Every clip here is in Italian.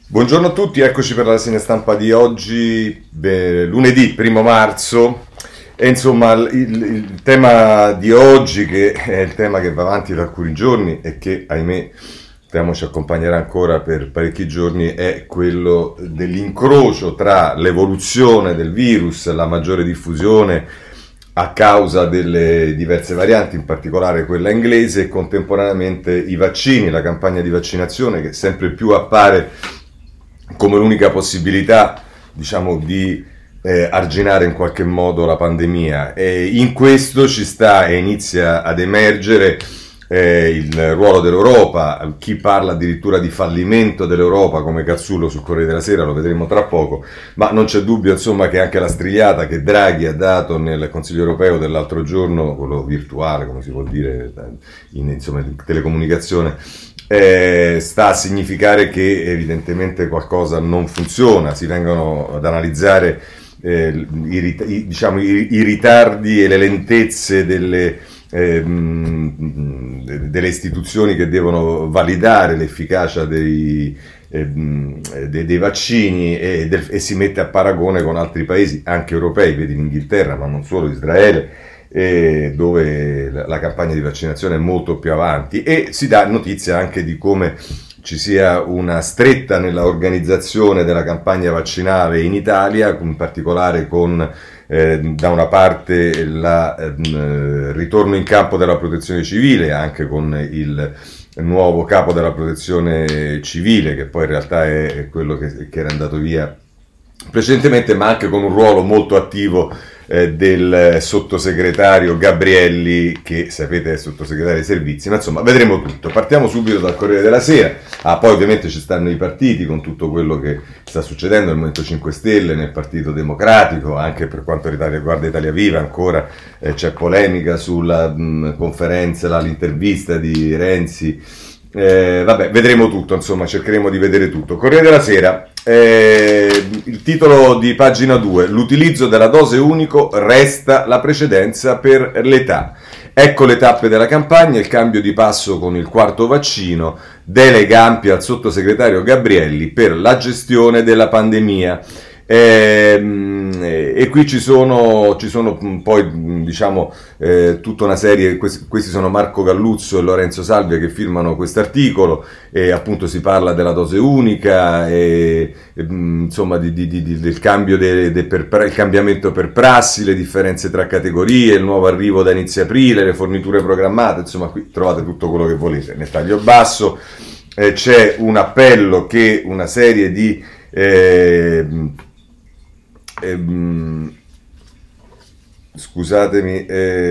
Buongiorno a tutti, eccoci per la rassegna stampa di oggi, lunedì 1 marzo. E insomma il tema di oggi, che è il tema che va avanti da alcuni giorni e che ahimè temo ci accompagnerà ancora per parecchi giorni, è quello dell'incrocio tra l'evoluzione del virus, la maggiore diffusione a causa delle diverse varianti, in particolare quella inglese, e contemporaneamente i vaccini, la campagna di vaccinazione che sempre più appare come l'unica possibilità, diciamo, di arginare in qualche modo la pandemia. E in questo ci sta e inizia ad emergere il ruolo dell'Europa. Chi parla addirittura di fallimento dell'Europa come Cazzullo sul Corriere della Sera, lo vedremo tra poco, ma non c'è dubbio insomma che anche la strigliata che Draghi ha dato nel Consiglio europeo dell'altro giorno, quello virtuale come si vuol dire in telecomunicazione, sta a significare che evidentemente qualcosa non funziona. Si vengono ad analizzare i ritardi e le lentezze delle istituzioni che devono validare l'efficacia dei vaccini, e si mette a paragone con altri paesi anche europei, vedi l'Inghilterra ma non solo, Israele, dove la campagna di vaccinazione è molto più avanti, e si dà notizia anche di come ci sia una stretta nella organizzazione della campagna vaccinale in Italia, in particolare con da una parte il ritorno in campo della protezione civile, anche con il nuovo capo della protezione civile, che poi in realtà è quello che era andato via precedentemente, ma anche con un ruolo molto attivo del sottosegretario Gabrielli, che sapete è sottosegretario dei servizi. Ma insomma vedremo tutto. Partiamo subito dal Corriere della Sera. Poi ovviamente ci stanno i partiti con tutto quello che sta succedendo nel Movimento 5 Stelle, nel Partito Democratico, anche per quanto riguarda Italia Viva ancora c'è polemica sulla conferenza, l'intervista di Renzi. Vabbè, vedremo tutto, insomma cercheremo di vedere tutto. Corriere della Sera, il titolo di pagina 2: l'utilizzo della dose unico resta la precedenza per l'età. Ecco le tappe della campagna, il cambio di passo con il quarto vaccino, delega ampia al sottosegretario Gabrielli per la gestione della pandemia. E qui ci sono poi diciamo tutta una serie, questi sono Marco Galluzzo e Lorenzo Salvia che firmano quest'articolo, e appunto si parla della dose unica e insomma del cambio il cambiamento per prassi, le differenze tra categorie, il nuovo arrivo da inizio aprile, le forniture programmate. Insomma qui trovate tutto quello che volete. Nel taglio basso c'è un appello che una serie di scusatemi,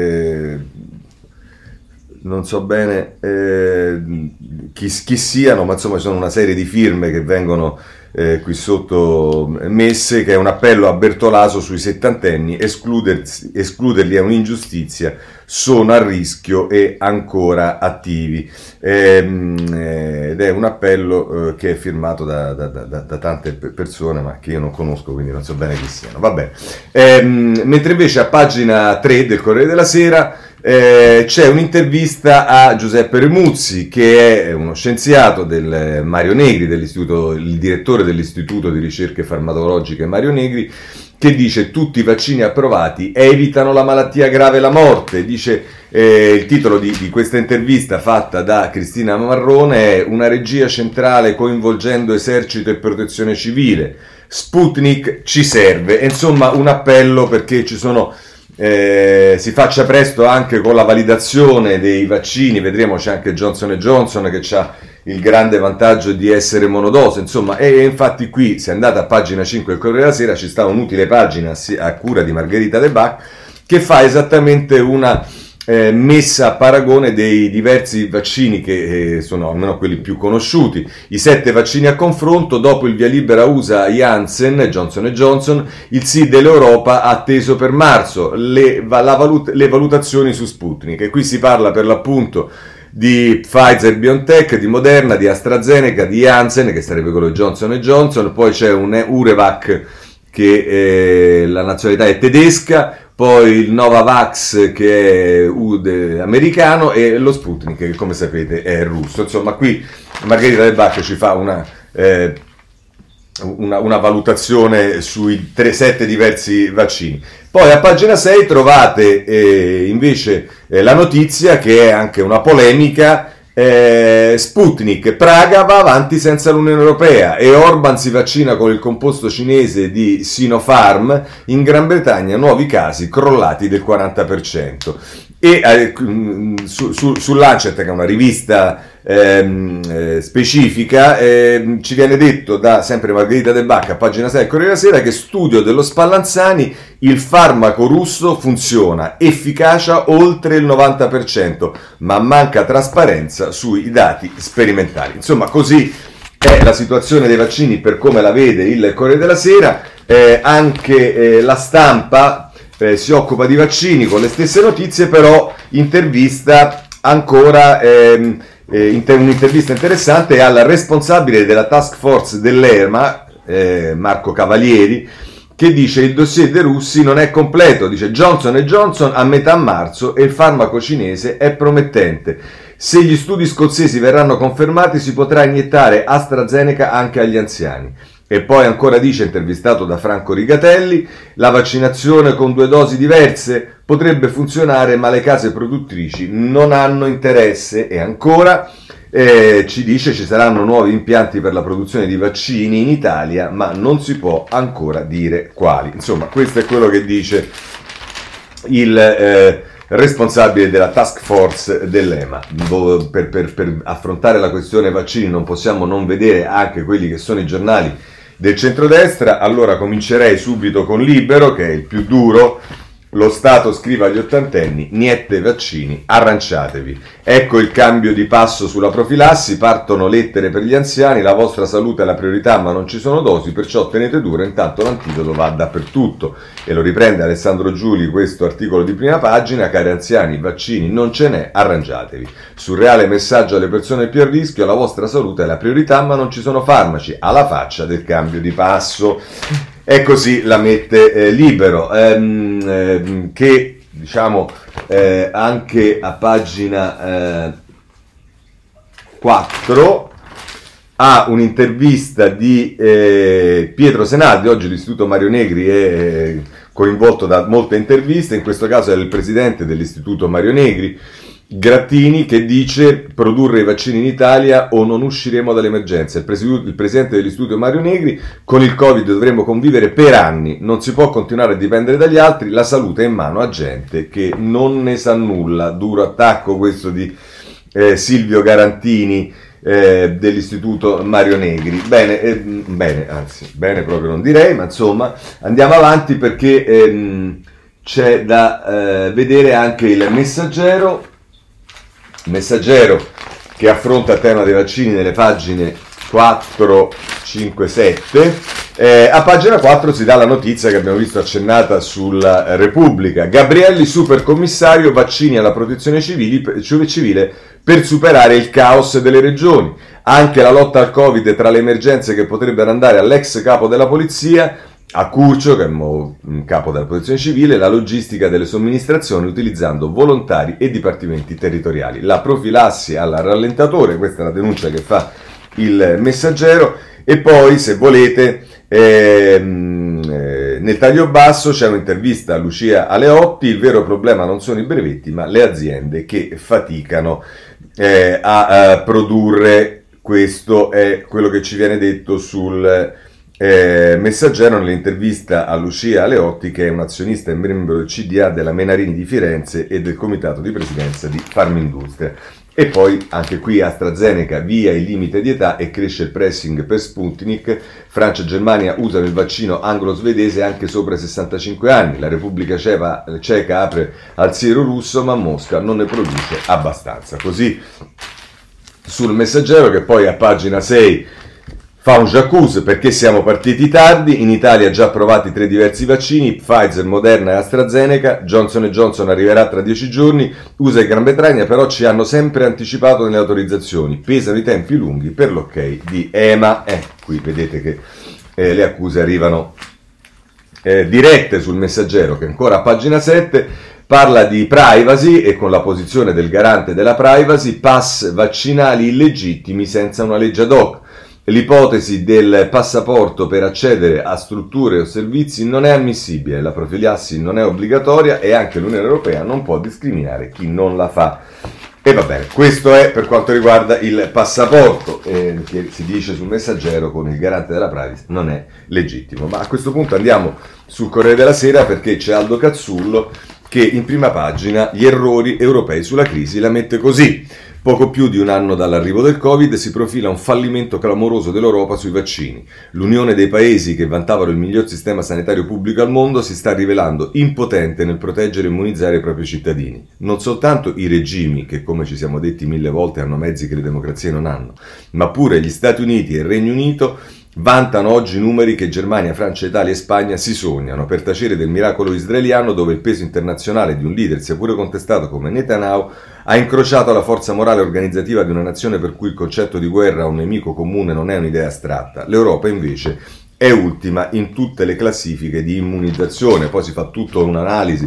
non so bene chi siano, ma insomma ci sono una serie di firme che vengono qui sotto messe, che è un appello a Bertolaso sui settantenni: escluderli è un'ingiustizia, sono a rischio e ancora attivi. Ed è un appello che è firmato da tante persone, ma che io non conosco, quindi non so bene chi siano. Vabbè. Mentre invece a pagina 3 del Corriere della Sera c'è un'intervista a Giuseppe Remuzzi, che è uno scienziato del Mario Negri, il direttore dell'Istituto di Ricerche Farmacologiche Mario Negri, che dice: tutti i vaccini approvati evitano la malattia grave e la morte. Dice il titolo di questa intervista fatta da Cristina Marrone è: una regia centrale coinvolgendo esercito e protezione civile, Sputnik ci serve. E insomma un appello perché si faccia presto anche con la validazione dei vaccini. Vedremo, c'è anche Johnson & Johnson che ha il grande vantaggio di essere monodose, insomma. E infatti qui, se andate a pagina 5 del Corriere della Sera, ci sta un'utile pagina a cura di Margherita De Bach, che fa esattamente una messa a paragone dei diversi vaccini che sono almeno quelli più conosciuti, i 7 vaccini a confronto. Dopo il via libera USA Janssen e Johnson & Johnson, il sì dell'Europa atteso per marzo, le valutazioni su Sputnik. E qui si parla per l'appunto di Pfizer BioNTech, di Moderna, di AstraZeneca, di Janssen, che sarebbe quello di Johnson & Johnson. Poi c'è un Urevac che la nazionalità è tedesca, poi il Novavax che è americano, e lo Sputnik che come sapete è russo. Insomma qui Margherita Del Bacco ci fa una una valutazione sui 7 diversi vaccini. Poi a pagina 6 trovate invece la notizia, che è anche una polemica. Sputnik, Praga va avanti senza l'Unione Europea e Orban si vaccina con il composto cinese di Sinopharm. In Gran Bretagna nuovi casi crollati del 40%. E su Lancet, che è una rivista specifica, ci viene detto da sempre Margherita De Bacca, a pagina 6 del Corriere della Sera, che studio dello Spallanzani: il farmaco russo funziona, efficacia oltre il 90%, ma manca trasparenza sui dati sperimentali. Insomma, così è la situazione dei vaccini per come la vede il Corriere della Sera. Anche La Stampa si occupa di vaccini con le stesse notizie, però intervista ancora un'intervista interessante al responsabile della task force dell'EMA, Marco Cavalieri, che dice: il dossier dei russi non è completo, dice Johnson & Johnson a metà marzo e il farmaco cinese è promettente. Se gli studi scozzesi verranno confermati si potrà iniettare AstraZeneca anche agli anziani. E poi ancora dice, intervistato da Franco Rigatelli, la vaccinazione con 2 dosi diverse potrebbe funzionare, ma le case produttrici non hanno interesse. E ancora ci dice ci saranno nuovi impianti per la produzione di vaccini in Italia, ma non si può ancora dire quali. Insomma, questo è quello che dice il responsabile della task force dell'EMA. Per affrontare la questione vaccini non possiamo non vedere anche quelli che sono i giornali del centrodestra. Allora comincerei subito con Libero, che è il più duro. Lo Stato scrive agli ottantenni: niente vaccini, arranciatevi. Ecco il cambio di passo sulla profilassi, partono lettere per gli anziani: la vostra salute è la priorità ma non ci sono dosi, perciò tenete duro, intanto l'antidoto va dappertutto. E lo riprende Alessandro Giuli questo articolo di prima pagina: cari anziani, vaccini non ce n'è, arrangiatevi. Surreale messaggio alle persone più a rischio: la vostra salute è la priorità ma non ci sono farmaci, alla faccia del cambio di passo. E così la mette Libero, che diciamo anche a pagina 4 ha un'intervista di Pietro Senaldi. Oggi l'Istituto Mario Negri è coinvolto da molte interviste, in questo caso è il presidente dell'Istituto Mario Negri, Grattini, che dice: produrre i vaccini in Italia o non usciremo dall'emergenza. Il presidente dell'Istituto Mario Negri: con il Covid dovremo convivere per anni, non si può continuare a dipendere dagli altri, la salute è in mano a gente che non ne sa nulla. Duro attacco questo di Silvio Garantini dell'Istituto Mario Negri. Bene proprio non direi, ma insomma andiamo avanti, perché c'è da vedere anche il Messaggero, che affronta il tema dei vaccini nelle pagine 4, 5, 7. A pagina 4 si dà la notizia che abbiamo visto accennata sulla Repubblica: Gabrielli supercommissario, vaccini alla protezione civile per superare il caos delle regioni. Anche la lotta al Covid tra le emergenze che potrebbero andare all'ex capo della polizia, a Curcio, che è capo della protezione civile, la logistica delle somministrazioni utilizzando volontari e dipartimenti territoriali. La profilassi al rallentatore, questa è la denuncia che fa il Messaggero. E poi, se volete, nel taglio basso c'è un'intervista a Lucia Aleotti: il vero problema non sono i brevetti ma le aziende che faticano a produrre. Questo è quello che ci viene detto sul Messaggero nell'intervista a Lucia Aleotti, che è un azionista e membro del CDA della Menarini di Firenze e del comitato di presidenza di Farmindustria. E poi anche qui AstraZeneca via il limite di età e cresce il pressing per Sputnik. Francia e Germania usano il vaccino anglo-svedese anche sopra i 65 anni. La Repubblica Ceca apre al siero russo, ma Mosca non ne produce abbastanza. Così sul Messaggero, che poi a pagina 6 fa un j'accuse: perché siamo partiti tardi, in Italia già approvati 3 diversi vaccini, Pfizer, Moderna e AstraZeneca, Johnson & Johnson arriverà tra 10 giorni, USA e Gran Bretagna però ci hanno sempre anticipato nelle autorizzazioni, pesano i tempi lunghi per l'ok di EMA. Qui vedete che le accuse arrivano dirette sul Messaggero, che ancora a pagina 7 parla di privacy, e con la posizione del garante della privacy: pass vaccinali illegittimi senza una legge ad hoc. L'ipotesi del passaporto per accedere a strutture o servizi non è ammissibile, la profilassi non è obbligatoria e anche l'Unione Europea non può discriminare chi non la fa. E va bene, questo è per quanto riguarda il passaporto, che si dice sul Messaggero con il garante della privacy non è legittimo. Ma a questo punto andiamo sul Corriere della Sera, perché c'è Aldo Cazzullo che in prima pagina gli errori europei sulla crisi la mette così. Poco più di un anno dall'arrivo del Covid si profila un fallimento clamoroso dell'Europa sui vaccini. L'Unione dei paesi che vantavano il miglior sistema sanitario pubblico al mondo si sta rivelando impotente nel proteggere e immunizzare i propri cittadini. Non soltanto i regimi, che come ci siamo detti 1000 volte hanno mezzi che le democrazie non hanno, ma pure gli Stati Uniti e il Regno Unito vantano oggi numeri che Germania, Francia, Italia e Spagna si sognano, per tacere del miracolo israeliano dove il peso internazionale di un leader, sia pure contestato come Netanyahu, ha incrociato la forza morale organizzativa di una nazione per cui il concetto di guerra a un nemico comune non è un'idea astratta. L'Europa invece è ultima in tutte le classifiche di immunizzazione. Poi si fa tutta un'analisi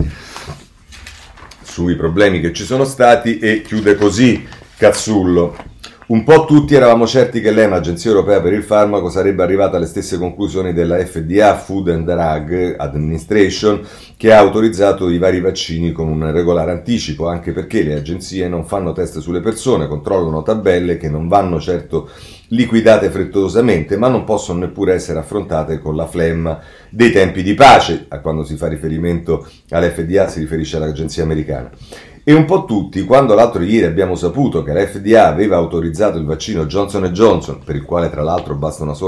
sui problemi che ci sono stati e chiude così Cazzullo. Un po' tutti eravamo certi che l'EMA, Agenzia Europea per il Farmaco, sarebbe arrivata alle stesse conclusioni della FDA, Food and Drug Administration, che ha autorizzato i vari vaccini con un regolare anticipo, anche perché le agenzie non fanno test sulle persone, controllano tabelle che non vanno certo liquidate frettolosamente, ma non possono neppure essere affrontate con la flemma dei tempi di pace. Quando si fa riferimento all'FDA si riferisce all'agenzia americana. E un po' tutti, quando l'altro ieri abbiamo saputo che la FDA aveva autorizzato il vaccino Johnson & Johnson, per il quale tra l'altro basta una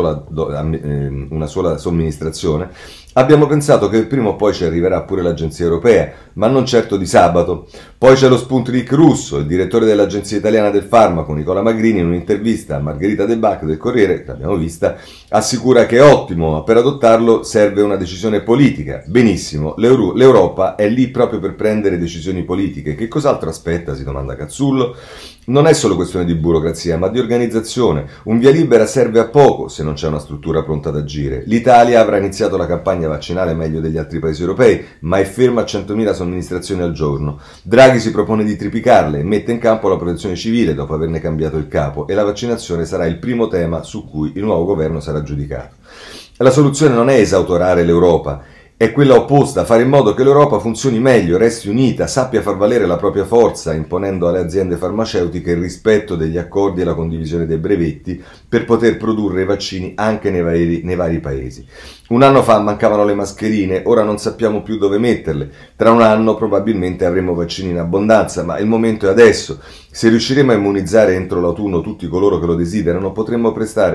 sola somministrazione, abbiamo pensato che prima o poi ci arriverà pure l'Agenzia Europea, ma non certo di sabato. Poi c'è lo Sputnik russo, il direttore dell'Agenzia Italiana del Farmaco, Nicola Magrini, in un'intervista a Margherita De Bach del Corriere, che abbiamo vista, assicura che è ottimo, ma per adottarlo serve una decisione politica. Benissimo, l'Europa è lì proprio per prendere decisioni politiche. Che cos'altro aspetta, si domanda Cazzullo? Non è solo questione di burocrazia, ma di organizzazione. Un via libera serve a poco se non c'è una struttura pronta ad agire. L'Italia avrà iniziato la campagna vaccinale meglio degli altri paesi europei, ma è ferma a 100.000 somministrazioni al giorno. Draghi si propone di triplicarle e mette in campo la protezione civile dopo averne cambiato il capo, e la vaccinazione sarà il primo tema su cui il nuovo governo sarà giudicato. La soluzione non è esautorare l'Europa, è quella opposta, fare in modo che l'Europa funzioni meglio, resti unita, sappia far valere la propria forza, imponendo alle aziende farmaceutiche il rispetto degli accordi e la condivisione dei brevetti per poter produrre i vaccini anche nei vari paesi. Un anno fa mancavano le mascherine, ora non sappiamo più dove metterle. Tra un anno probabilmente avremo vaccini in abbondanza, ma il momento è adesso. Se riusciremo a immunizzare entro l'autunno tutti coloro che lo desiderano, potremmo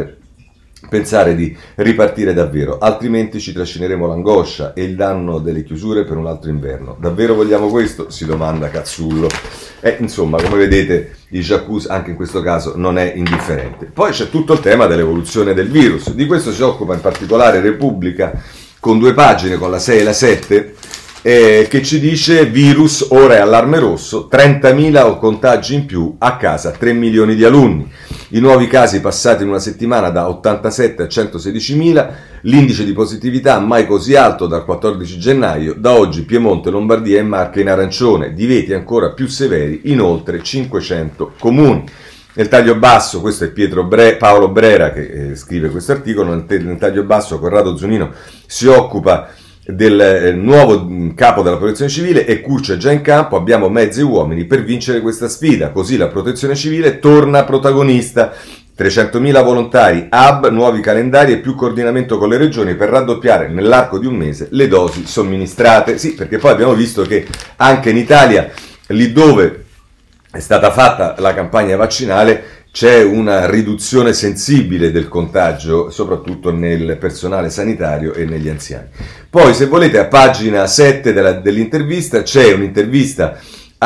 pensare di ripartire davvero, altrimenti ci trascineremo l'angoscia e il danno delle chiusure per un altro inverno. Davvero vogliamo questo? Si domanda Cazzullo. Insomma, come vedete, il J'accuse anche in questo caso non è indifferente. Poi c'è tutto il tema dell'evoluzione del virus. Di questo si occupa in particolare Repubblica, con 2 pagine, con la 6 e la 7, che ci dice: virus, ora è allarme rosso, 30.000 contagi in più, a casa 3 milioni di alunni. I nuovi casi passati in una settimana da 87 a 116.000, l'indice di positività mai così alto dal 14 gennaio, da oggi Piemonte, Lombardia e Marche in arancione, divieti ancora più severi in oltre 500 comuni. Nel taglio basso, questo è Paolo Brera che scrive questo articolo, nel taglio basso Corrado Zunino si occupa del nuovo capo della protezione civile e Curcio è già in campo, abbiamo mezzi e uomini per vincere questa sfida, così la protezione civile torna protagonista. 300.000 volontari, hub, nuovi calendari e più coordinamento con le regioni per raddoppiare nell'arco di un mese le dosi somministrate. Sì, perché poi abbiamo visto che anche in Italia, lì dove è stata fatta la campagna vaccinale, c'è una riduzione sensibile del contagio, soprattutto nel personale sanitario e negli anziani. Poi, se volete, a pagina 7 dell'intervista c'è un'intervista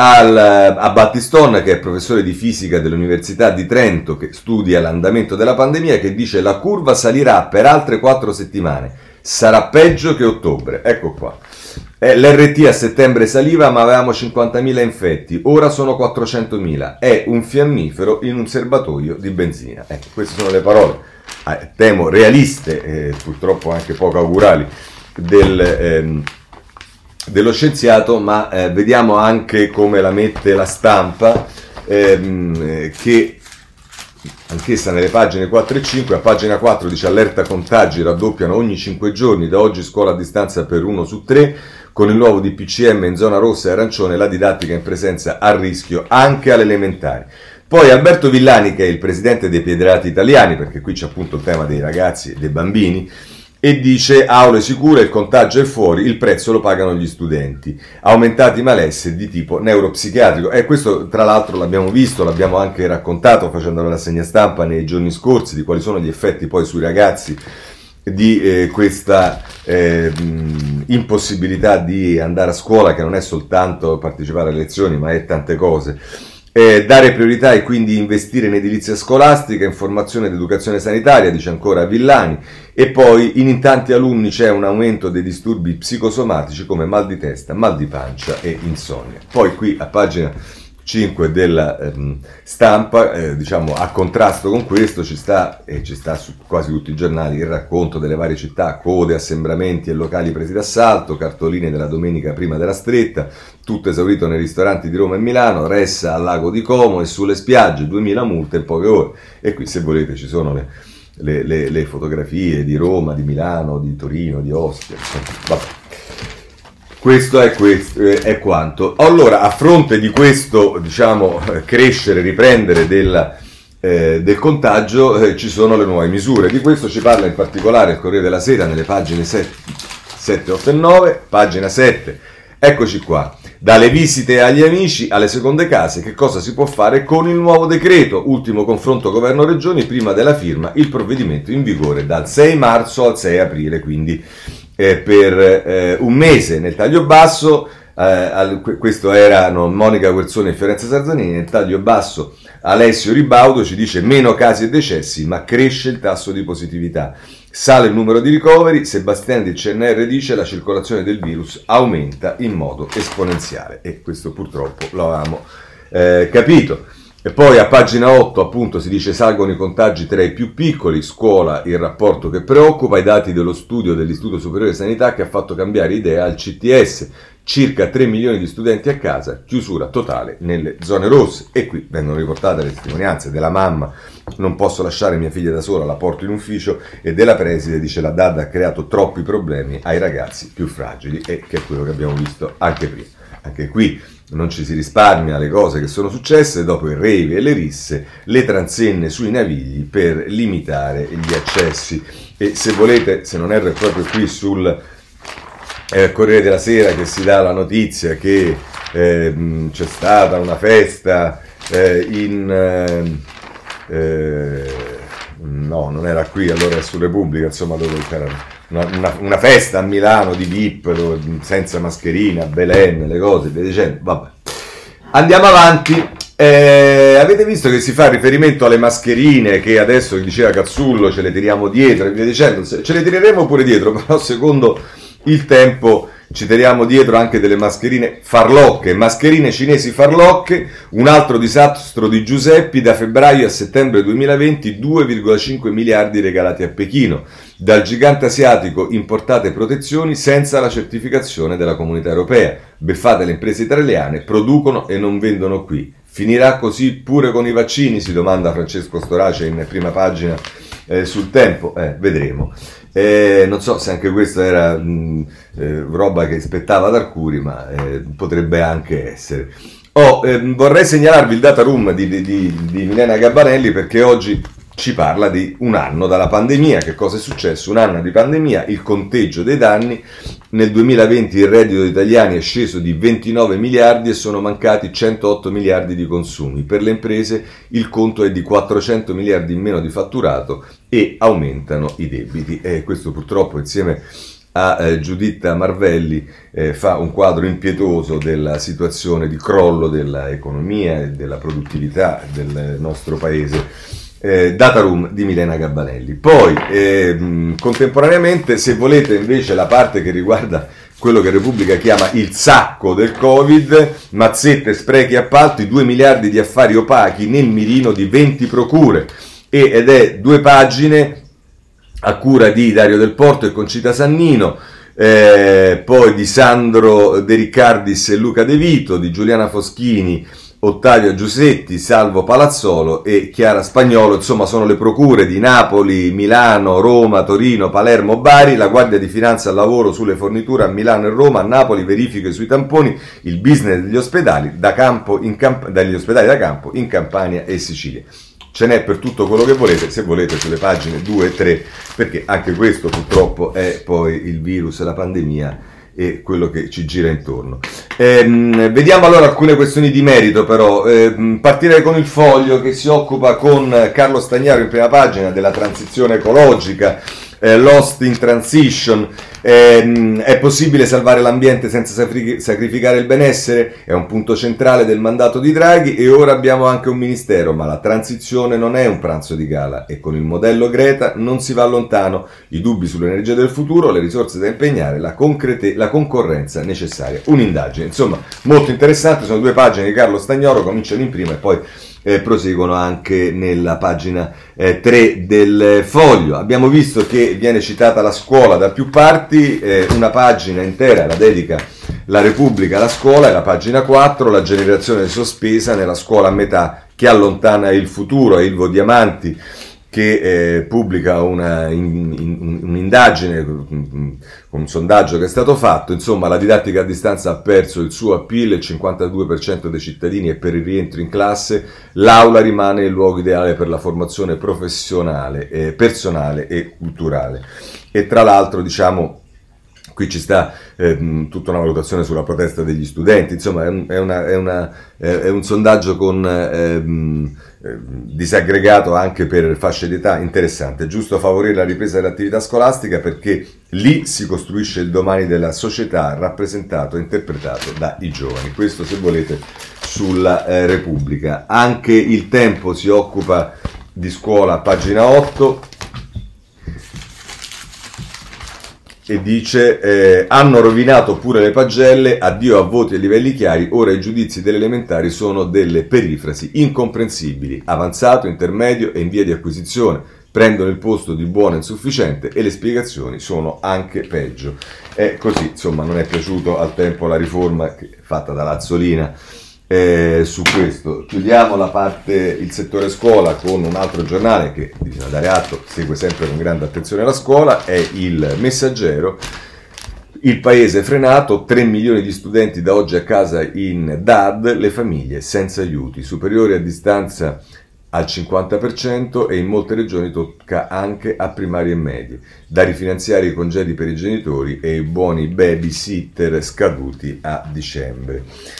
a Battiston, che è professore di fisica dell'Università di Trento, che studia l'andamento della pandemia, che dice: la curva salirà per altre 4 settimane, sarà peggio che ottobre. Ecco qua. L'RT a settembre saliva, ma avevamo 50.000 infetti, ora sono 400.000. È un fiammifero in un serbatoio di benzina. Queste sono le parole, temo realiste, purtroppo anche poco augurali, dello scienziato, ma vediamo anche come la mette la Stampa, che anch'essa nelle pagine 4 e 5. A pagina 4 dice: allerta contagi, raddoppiano ogni 5 giorni, da oggi scuola a distanza per 1 su 3, con il nuovo DPCM in zona rossa e arancione la didattica in presenza a rischio anche alle elementari. Poi Alberto Villani, che è il presidente dei Pediatri Italiani, perché qui c'è appunto il tema dei ragazzi e dei bambini, e dice: aule sicure, il contagio è fuori, il prezzo lo pagano gli studenti, aumentati malesseri di tipo neuropsichiatrico. E questo tra l'altro l'abbiamo visto, l'abbiamo anche raccontato facendo la rassegna stampa nei giorni scorsi, di quali sono gli effetti poi sui ragazzi di questa impossibilità di andare a scuola, che non è soltanto partecipare alle lezioni ma è tante cose. Dare priorità e quindi investire in edilizia scolastica, informazione ed educazione sanitaria, dice ancora Villani. E poi in tanti alunni c'è un aumento dei disturbi psicosomatici come mal di testa, mal di pancia e insonnia. Poi qui a pagina 5 della stampa, diciamo a contrasto con questo ci sta su quasi tutti i giornali il racconto delle varie città, code, assembramenti e locali presi d'assalto, cartoline della domenica prima della stretta, tutto esaurito nei ristoranti di Roma e Milano, ressa al lago di Como e sulle spiagge, 2000 multe in poche ore. E qui se volete ci sono le fotografie di Roma, di Milano, di Torino, di Ostia, vabbè. Questo è quanto. Allora, a fronte di questo, diciamo, crescere, riprendere del contagio, ci sono le nuove misure. Di questo ci parla in particolare il Corriere della Sera nelle pagine 7, 8 e 9. Pagina 7, eccoci qua. Dalle visite agli amici alle seconde case, che cosa si può fare con il nuovo decreto? Ultimo confronto governo-regioni, prima della firma, il provvedimento in vigore dal 6 marzo al 6 aprile, quindi per un mese. Nel taglio basso, questo erano Monica Guerzoni e Fiorenza Sarzanini, nel taglio basso Alessio Ribaudo ci dice: meno casi e decessi, ma cresce il tasso di positività, sale il numero di ricoveri, Sebastiani del CNR dice: la circolazione del virus aumenta in modo esponenziale, e questo purtroppo lo avevamo capito. E poi a pagina 8 appunto si dice: salgono i contagi tra i più piccoli, scuola il rapporto che preoccupa, i dati dello studio dell'Istituto Superiore di Sanità che ha fatto cambiare idea al CTS, circa 3 milioni di studenti a casa, chiusura totale nelle zone rosse. E qui vengono riportate le testimonianze della mamma: non posso lasciare mia figlia da sola, la porto in ufficio, e della preside, dice: la DAD ha creato troppi problemi ai ragazzi più fragili, e che è quello che abbiamo visto anche prima. Anche qui non ci si risparmia le cose che sono successe dopo i rave e le risse, le transenne sui navigli per limitare gli accessi. E se volete, se non erro, è proprio qui sul Corriere della Sera che si dà la notizia che c'è stata una festa no, non era qui, allora è su Repubblica, insomma, dove c'era una festa a Milano di VIP senza mascherina, Belen, le cose, via dicendo. Vabbè. Andiamo avanti. Avete visto che si fa riferimento alle mascherine, che adesso diceva Cazzullo ce le tiriamo dietro e via dicendo? Ce le tireremo pure dietro, però secondo il Tempo ci tiriamo dietro anche delle mascherine farlocche, mascherine cinesi farlocche. Un altro disastro di Giuseppi: da febbraio a settembre 2020 2,5 miliardi regalati a Pechino, dal gigante asiatico importate protezioni senza la certificazione della Comunità Europea, beffate le imprese italiane, producono e non vendono qui. Finirà così pure con i vaccini? Si domanda Francesco Storace in prima pagina sul Tempo. Vedremo. Non so se anche questa era roba che spettava ad Arcuri, ma potrebbe anche essere. Vorrei segnalarvi il data room di Milena Gabanelli, perché oggi ci parla di un anno dalla pandemia. Che cosa è successo? Un anno di pandemia, il conteggio dei danni. Nel 2020 il reddito degli italiani è sceso di 29 miliardi e sono mancati 108 miliardi di consumi. Per le imprese il conto è di 400 miliardi in meno di fatturato e aumentano i debiti. E questo purtroppo, insieme a Giuditta Marvelli, fa un quadro impietoso della situazione di crollo dell'economia e della produttività del nostro paese. Data room di Milena Gabanelli. Poi contemporaneamente, se volete invece la parte che riguarda quello che Repubblica chiama il sacco del Covid, mazzette, sprechi e appalti, 2 miliardi di affari opachi nel mirino di 20 procure, ed è 2 pagine a cura di Dario Del Porto e Concita Sannino, poi di Sandro De Riccardis e Luca De Vito, di Giuliana Foschini, Ottavio Giusetti, Salvo Palazzolo e Chiara Spagnolo, insomma sono le procure di Napoli, Milano, Roma, Torino, Palermo, Bari, la Guardia di Finanza al lavoro sulle forniture a Milano e Roma, a Napoli verifiche sui tamponi, il business degli ospedali dagli ospedali da campo in Campania e Sicilia. Ce n'è per tutto quello che volete, se volete sulle pagine 2 e 3, perché anche questo purtroppo è poi il virus, la pandemia e quello che ci gira intorno. Vediamo allora alcune questioni di merito però. Partirei con il Foglio che si occupa con Carlo Stagnaro in prima pagina della transizione ecologica, Lost in Transition. È possibile salvare l'ambiente senza sacrificare il benessere? È un punto centrale del mandato di Draghi e ora abbiamo anche un ministero, ma la transizione non è un pranzo di gala e con il modello Greta non si va lontano. I dubbi sull'energia del futuro, le risorse da impegnare, la concorrenza necessaria. Un'indagine, insomma, molto interessante. Sono 2 pagine di Carlo Stagnaro, cominciano in prima e poi proseguono anche nella pagina 3 del Foglio. Abbiamo visto che viene citata la scuola da più parti, una pagina intera la dedica la Repubblica alla scuola, e la pagina 4 la generazione sospesa nella scuola a metà che allontana il futuro. E Ilvo Diamanti che pubblica un'indagine con un sondaggio che è stato fatto. Insomma, la didattica a distanza ha perso il suo appeal, il 52% dei cittadini è per il rientro in classe, l'aula rimane il luogo ideale per la formazione professionale, personale e culturale. E tra l'altro, diciamo, qui ci sta tutta una valutazione sulla protesta degli studenti. Insomma, è un sondaggio con disaggregato anche per fasce d'età, interessante. È giusto favorire la ripresa dell'attività scolastica perché lì si costruisce il domani della società rappresentato e interpretato dai giovani. Questo, se volete, sulla Repubblica. Anche Il Tempo si occupa di scuola, pagina 8. E dice hanno rovinato pure le pagelle, addio a voti a livelli chiari, ora i giudizi delle elementari sono delle perifrasi incomprensibili, avanzato, intermedio e in via di acquisizione, prendono il posto di buono e insufficiente e le spiegazioni sono anche peggio. E così, insomma, non è piaciuto al Tempo la riforma fatta da Lazzolina. Su questo chiudiamo la parte il settore scuola con un altro giornale che, bisogna dare atto, segue sempre con grande attenzione la scuola, è Il Messaggero. Il paese frenato, 3 milioni di studenti da oggi a casa in DAD, le famiglie senza aiuti, superiori a distanza al 50% e in molte regioni tocca anche a primarie e medie, da rifinanziare i congedi per i genitori e i buoni babysitter scaduti a dicembre.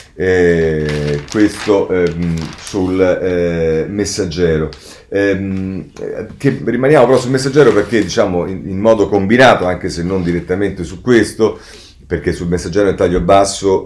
Questo sul Messaggero. Che rimaniamo però sul Messaggero perché, diciamo, in modo combinato, anche se non direttamente su questo, perché sul Messaggero in taglio basso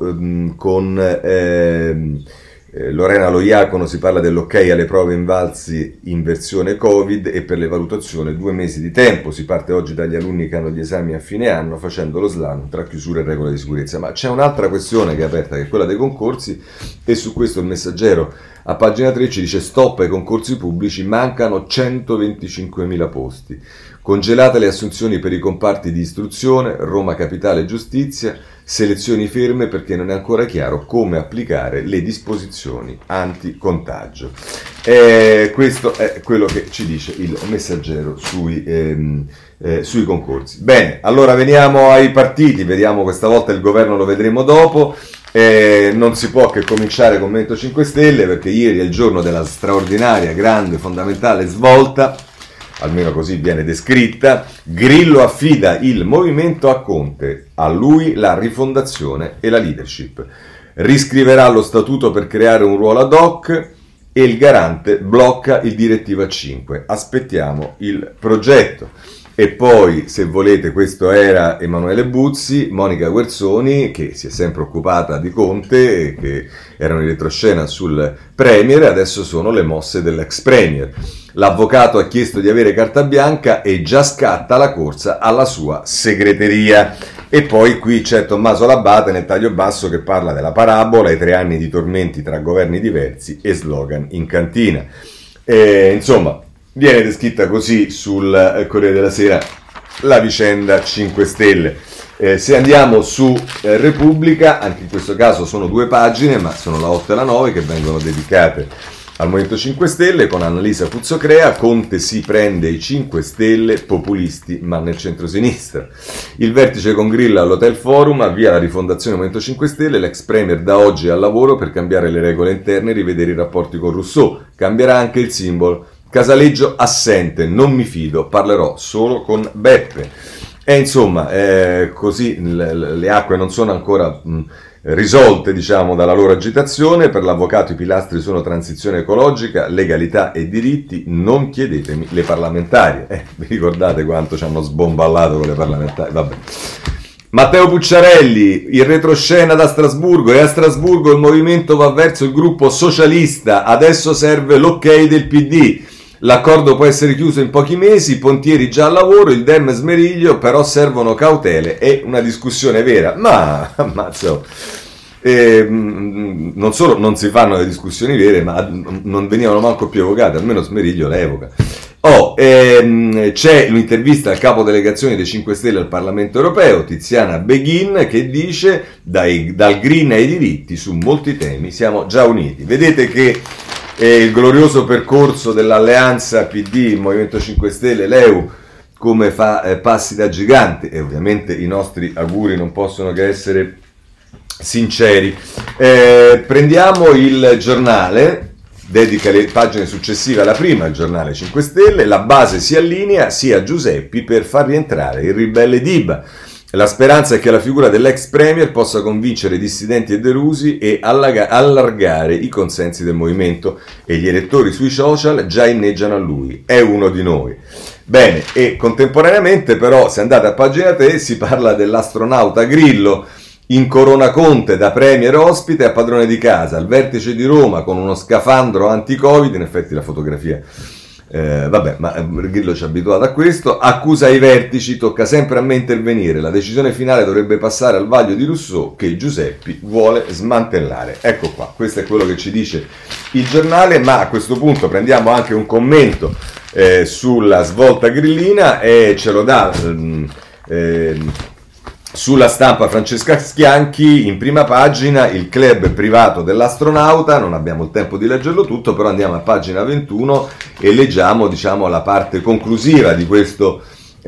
con Lorena Loiacono si parla dell'ok alle prove invalsi in versione Covid e per le valutazioni 2 mesi di tempo. Si parte oggi dagli alunni che hanno gli esami a fine anno facendo lo slalom tra chiusure e regole di sicurezza. Ma c'è un'altra questione che è aperta, che è quella dei concorsi, e su questo il Messaggero a pagina 3 ci dice stop ai concorsi pubblici, mancano 125.000 posti. Congelate le assunzioni per i comparti di istruzione, Roma Capitale Giustizia, selezioni ferme perché non è ancora chiaro come applicare le disposizioni anti-contagio. Questo è quello che ci dice il Messaggero sui concorsi. Bene, allora veniamo ai partiti, vediamo questa volta il governo, lo vedremo dopo. Non si può che cominciare con Movimento 5 Stelle perché ieri è il giorno della straordinaria, grande, fondamentale svolta, almeno così viene descritta. Grillo affida il movimento a Conte, a lui la rifondazione e la leadership. Riscriverà lo statuto per creare un ruolo ad hoc e il garante blocca il direttiva 5. Aspettiamo il progetto. E poi, se volete, questo era Emanuele Buzzi, Monica Guerzoni, che si è sempre occupata di Conte, che erano in retroscena sul Premier, adesso sono le mosse dell'ex Premier. L'avvocato ha chiesto di avere carta bianca e già scatta la corsa alla sua segreteria. E poi qui c'è Tommaso Labate nel taglio basso che parla della parabola, i 3 anni di tormenti tra governi diversi e slogan in cantina. Insomma, viene descritta così sul Corriere della Sera la vicenda 5 Stelle. Se andiamo su Repubblica, anche in questo caso sono 2 pagine, ma sono la 8 e la 9 che vengono dedicate al Movimento 5 Stelle, con Annalisa Puzzocrea. Conte si prende i 5 Stelle, populisti ma nel centro-sinistra. Il vertice con Grillo all'Hotel Forum, avvia la rifondazione del Movimento 5 Stelle, l'ex premier da oggi è al lavoro per cambiare le regole interne e rivedere i rapporti con Rousseau. Cambierà anche il simbolo. Casaleggio assente, non mi fido, parlerò solo con Beppe. E insomma, così le acque non sono ancora risolte, diciamo, dalla loro agitazione. Per l'avvocato i pilastri sono transizione ecologica, legalità e diritti. Non chiedetemi le parlamentari. Vi ricordate quanto ci hanno sbomballato con le parlamentari? Vabbè. Matteo Pucciarelli, il retroscena da Strasburgo, e a Strasburgo il movimento va verso il gruppo socialista, adesso serve l'ok del PD. L'accordo può essere chiuso in pochi mesi, Pontieri già al lavoro, il Dem smeriglio, però servono cautele e una discussione vera. Ma ammazzo, non solo non si fanno le discussioni vere, ma non venivano manco più evocate, almeno Smeriglio le evoca. C'è un'intervista al capo delegazione dei 5 Stelle al Parlamento Europeo, Tiziana Beghin, che dice dal green ai diritti su molti temi siamo già uniti. Vedete che il glorioso percorso dell'alleanza PD, Movimento 5 Stelle, l'EU, come fa passi da gigante, e ovviamente i nostri auguri non possono che essere sinceri. Prendiamo il Giornale, dedica le pagine successive alla prima, il Giornale 5 Stelle, la base si allinea sia Giuseppi per far rientrare il ribelle Diba. La speranza è che la figura dell'ex premier possa convincere dissidenti e delusi e allargare i consensi del movimento, e gli elettori sui social già inneggiano a lui. È uno di noi. Bene, e contemporaneamente però, se andate a pagina 3, si parla dell'astronauta Grillo, in Corona Conte da premier ospite a padrone di casa, al vertice di Roma con uno scafandro anti-Covid, in effetti la fotografia... vabbè, ma Grillo ci ha abituato a questo. Accusa ai vertici, tocca sempre a me intervenire, la decisione finale dovrebbe passare al vaglio di Rousseau che Giuseppi vuole smantellare. Ecco qua, questo è quello che ci dice il Giornale, ma a questo punto prendiamo anche un commento sulla svolta grillina, e ce lo dà sulla Stampa Francesca Schianchi in prima pagina, il club privato dell'astronauta. Non abbiamo il tempo di leggerlo tutto, però andiamo a pagina 21 e leggiamo, diciamo, la parte conclusiva di questo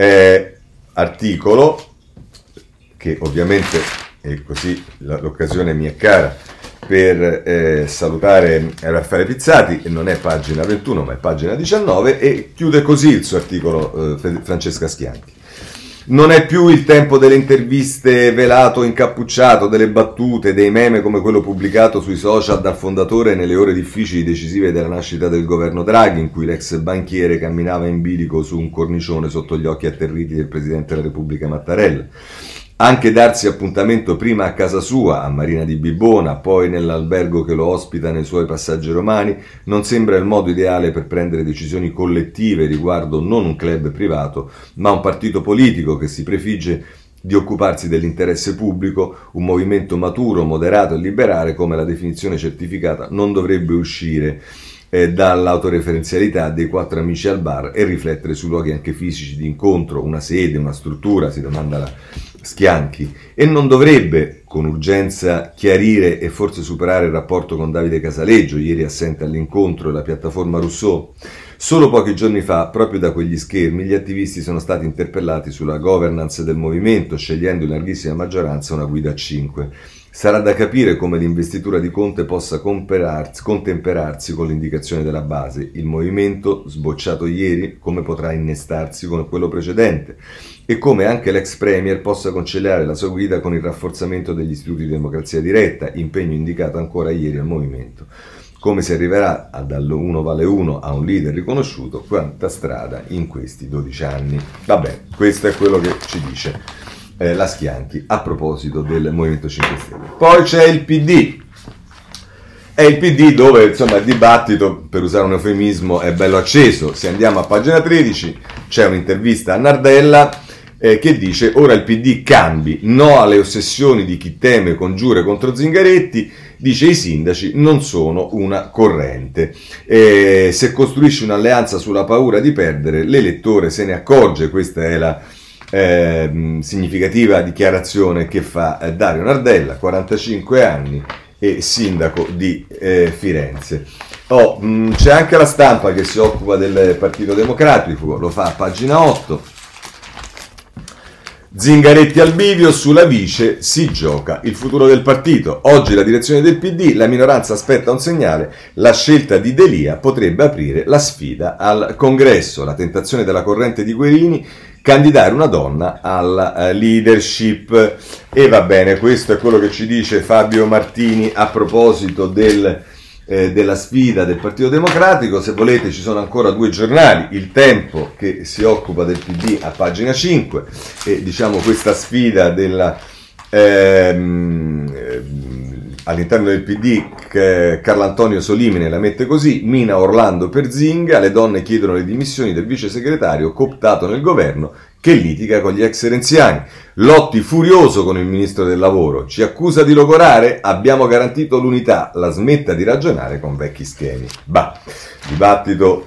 articolo, che ovviamente, e così l'occasione mi è cara per salutare Raffaele Pizzati, e non è pagina 21 ma è pagina 19, e chiude così il suo articolo Francesca Schianchi. Non è più il tempo delle interviste velato, incappucciato, delle battute, dei meme come quello pubblicato sui social dal fondatore nelle ore difficili decisive della nascita del governo Draghi, in cui l'ex banchiere camminava in bilico su un cornicione sotto gli occhi atterriti del Presidente della Repubblica Mattarella. Anche darsi appuntamento prima a casa sua, a Marina di Bibbona, poi nell'albergo che lo ospita nei suoi passaggi romani, non sembra il modo ideale per prendere decisioni collettive riguardo non un club privato, ma un partito politico che si prefigge di occuparsi dell'interesse pubblico. Un movimento maturo, moderato e liberale, come la definizione certificata, non dovrebbe uscire dall'autoreferenzialità dei 4 amici al bar e riflettere sui luoghi anche fisici di incontro, una sede, una struttura, si domanda la Schianchi, e non dovrebbe con urgenza chiarire e forse superare il rapporto con Davide Casaleggio, ieri assente all'incontro della piattaforma Rousseau. Solo pochi giorni fa, proprio da quegli schermi, gli attivisti sono stati interpellati sulla governance del movimento, scegliendo in larghissima maggioranza una guida a 5. Sarà da capire come l'investitura di Conte possa contemperarsi con l'indicazione della base. Il movimento, sbocciato ieri, come potrà innestarsi con quello precedente, e come anche l'ex premier possa conciliare la sua guida con il rafforzamento degli istituti di democrazia diretta, impegno indicato ancora ieri al movimento. Come si arriverà dall'1 vale 1 a un leader riconosciuto, quanta strada in questi 12 anni. Vabbè, questo è quello che ci dice la Schianchi a proposito del Movimento 5 Stelle. Poi c'è il PD. È il PD dove, insomma, il dibattito, per usare un eufemismo, è bello acceso. Se andiamo a pagina 13, c'è un'intervista a Nardella che dice: ora il PD cambi, no alle ossessioni di chi teme congiure contro Zingaretti, dice i sindaci non sono una corrente. Se costruisci un'alleanza sulla paura di perdere, l'elettore se ne accorge. Questa è la significativa dichiarazione che fa Dario Nardella, 45 anni e sindaco di Firenze. C'è anche la Stampa che si occupa del Partito Democratico, lo fa a pagina 8. Zingaretti al bivio, sulla vice si gioca il futuro del partito. Oggi la direzione del PD, la minoranza aspetta un segnale, la scelta di D'Elia potrebbe aprire la sfida al congresso, la tentazione della corrente di Guerini, candidare una donna alla leadership. E va bene, questo è quello che ci dice Fabio Martini a proposito della sfida del Partito Democratico. Se volete ci sono ancora due giornali, Il Tempo che si occupa del PD a pagina 5 e diciamo questa sfida all'interno del PD, Carlantonio Solimene la mette così: Mina Orlando per Zinga, le donne chiedono le dimissioni del vice segretario cooptato nel governo che litiga con gli ex renziani. Lotti furioso con il ministro del lavoro, ci accusa di logorare, abbiamo garantito l'unità, la smetta di ragionare con vecchi schemi. Dibattito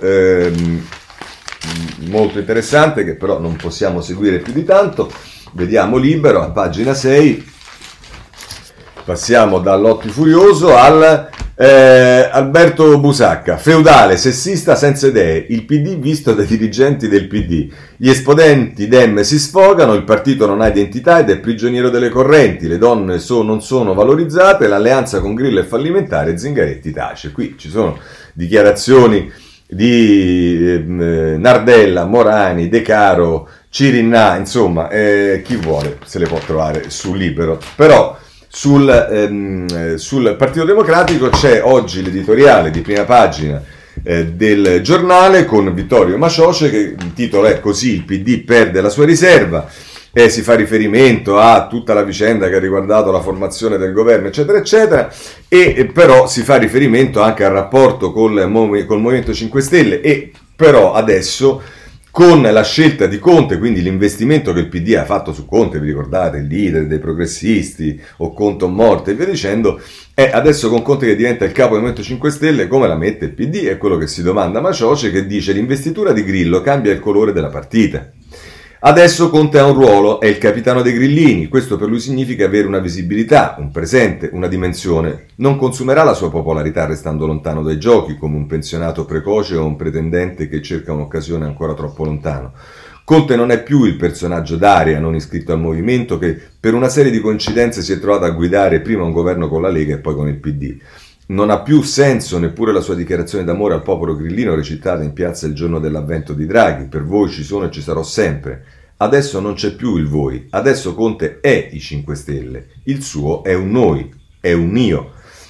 molto interessante che però non possiamo seguire più di tanto. Vediamo Libero a pagina 6. Passiamo da Lotti furioso al Alberto Busacca, feudale, sessista, senza idee, il PD visto dai dirigenti del PD, gli esponenti Dem si sfogano, il partito non ha identità ed è prigioniero delle correnti, le donne non sono valorizzate, l'alleanza con Grillo è fallimentare, Zingaretti tace. Qui ci sono dichiarazioni di Nardella, Morani, De Caro, Cirinnà, insomma chi vuole se le può trovare su Libero. Però sul Partito Democratico c'è oggi l'editoriale di prima pagina del giornale con Vittorio Macioce, che il titolo è così: il PD perde la sua riserva, si fa riferimento a tutta la vicenda che ha riguardato la formazione del governo eccetera eccetera, e però si fa riferimento anche al rapporto col Movimento 5 Stelle, e però adesso con la scelta di Conte, quindi l'investimento che il PD ha fatto su Conte, vi ricordate, il leader dei progressisti, o Conte o morte e via dicendo, è adesso con Conte che diventa il capo del Movimento 5 Stelle, come la mette il PD? È quello che si domanda Macioce, che dice: l'investitura di Grillo cambia il colore della partita. Adesso Conte ha un ruolo, è il capitano dei grillini, questo per lui significa avere una visibilità, un presente, una dimensione. Non consumerà la sua popolarità restando lontano dai giochi, come un pensionato precoce o un pretendente che cerca un'occasione ancora troppo lontano. Conte non è più il personaggio d'aria non iscritto al movimento che per una serie di coincidenze si è trovato a guidare prima un governo con la Lega e poi con il PD. Non ha più senso neppure la sua dichiarazione d'amore al popolo grillino recitata in piazza il giorno dell'avvento di Draghi: per voi ci sono e ci sarò sempre. Adesso non c'è più il voi, adesso Conte è i 5 Stelle, il suo è un noi, è un io.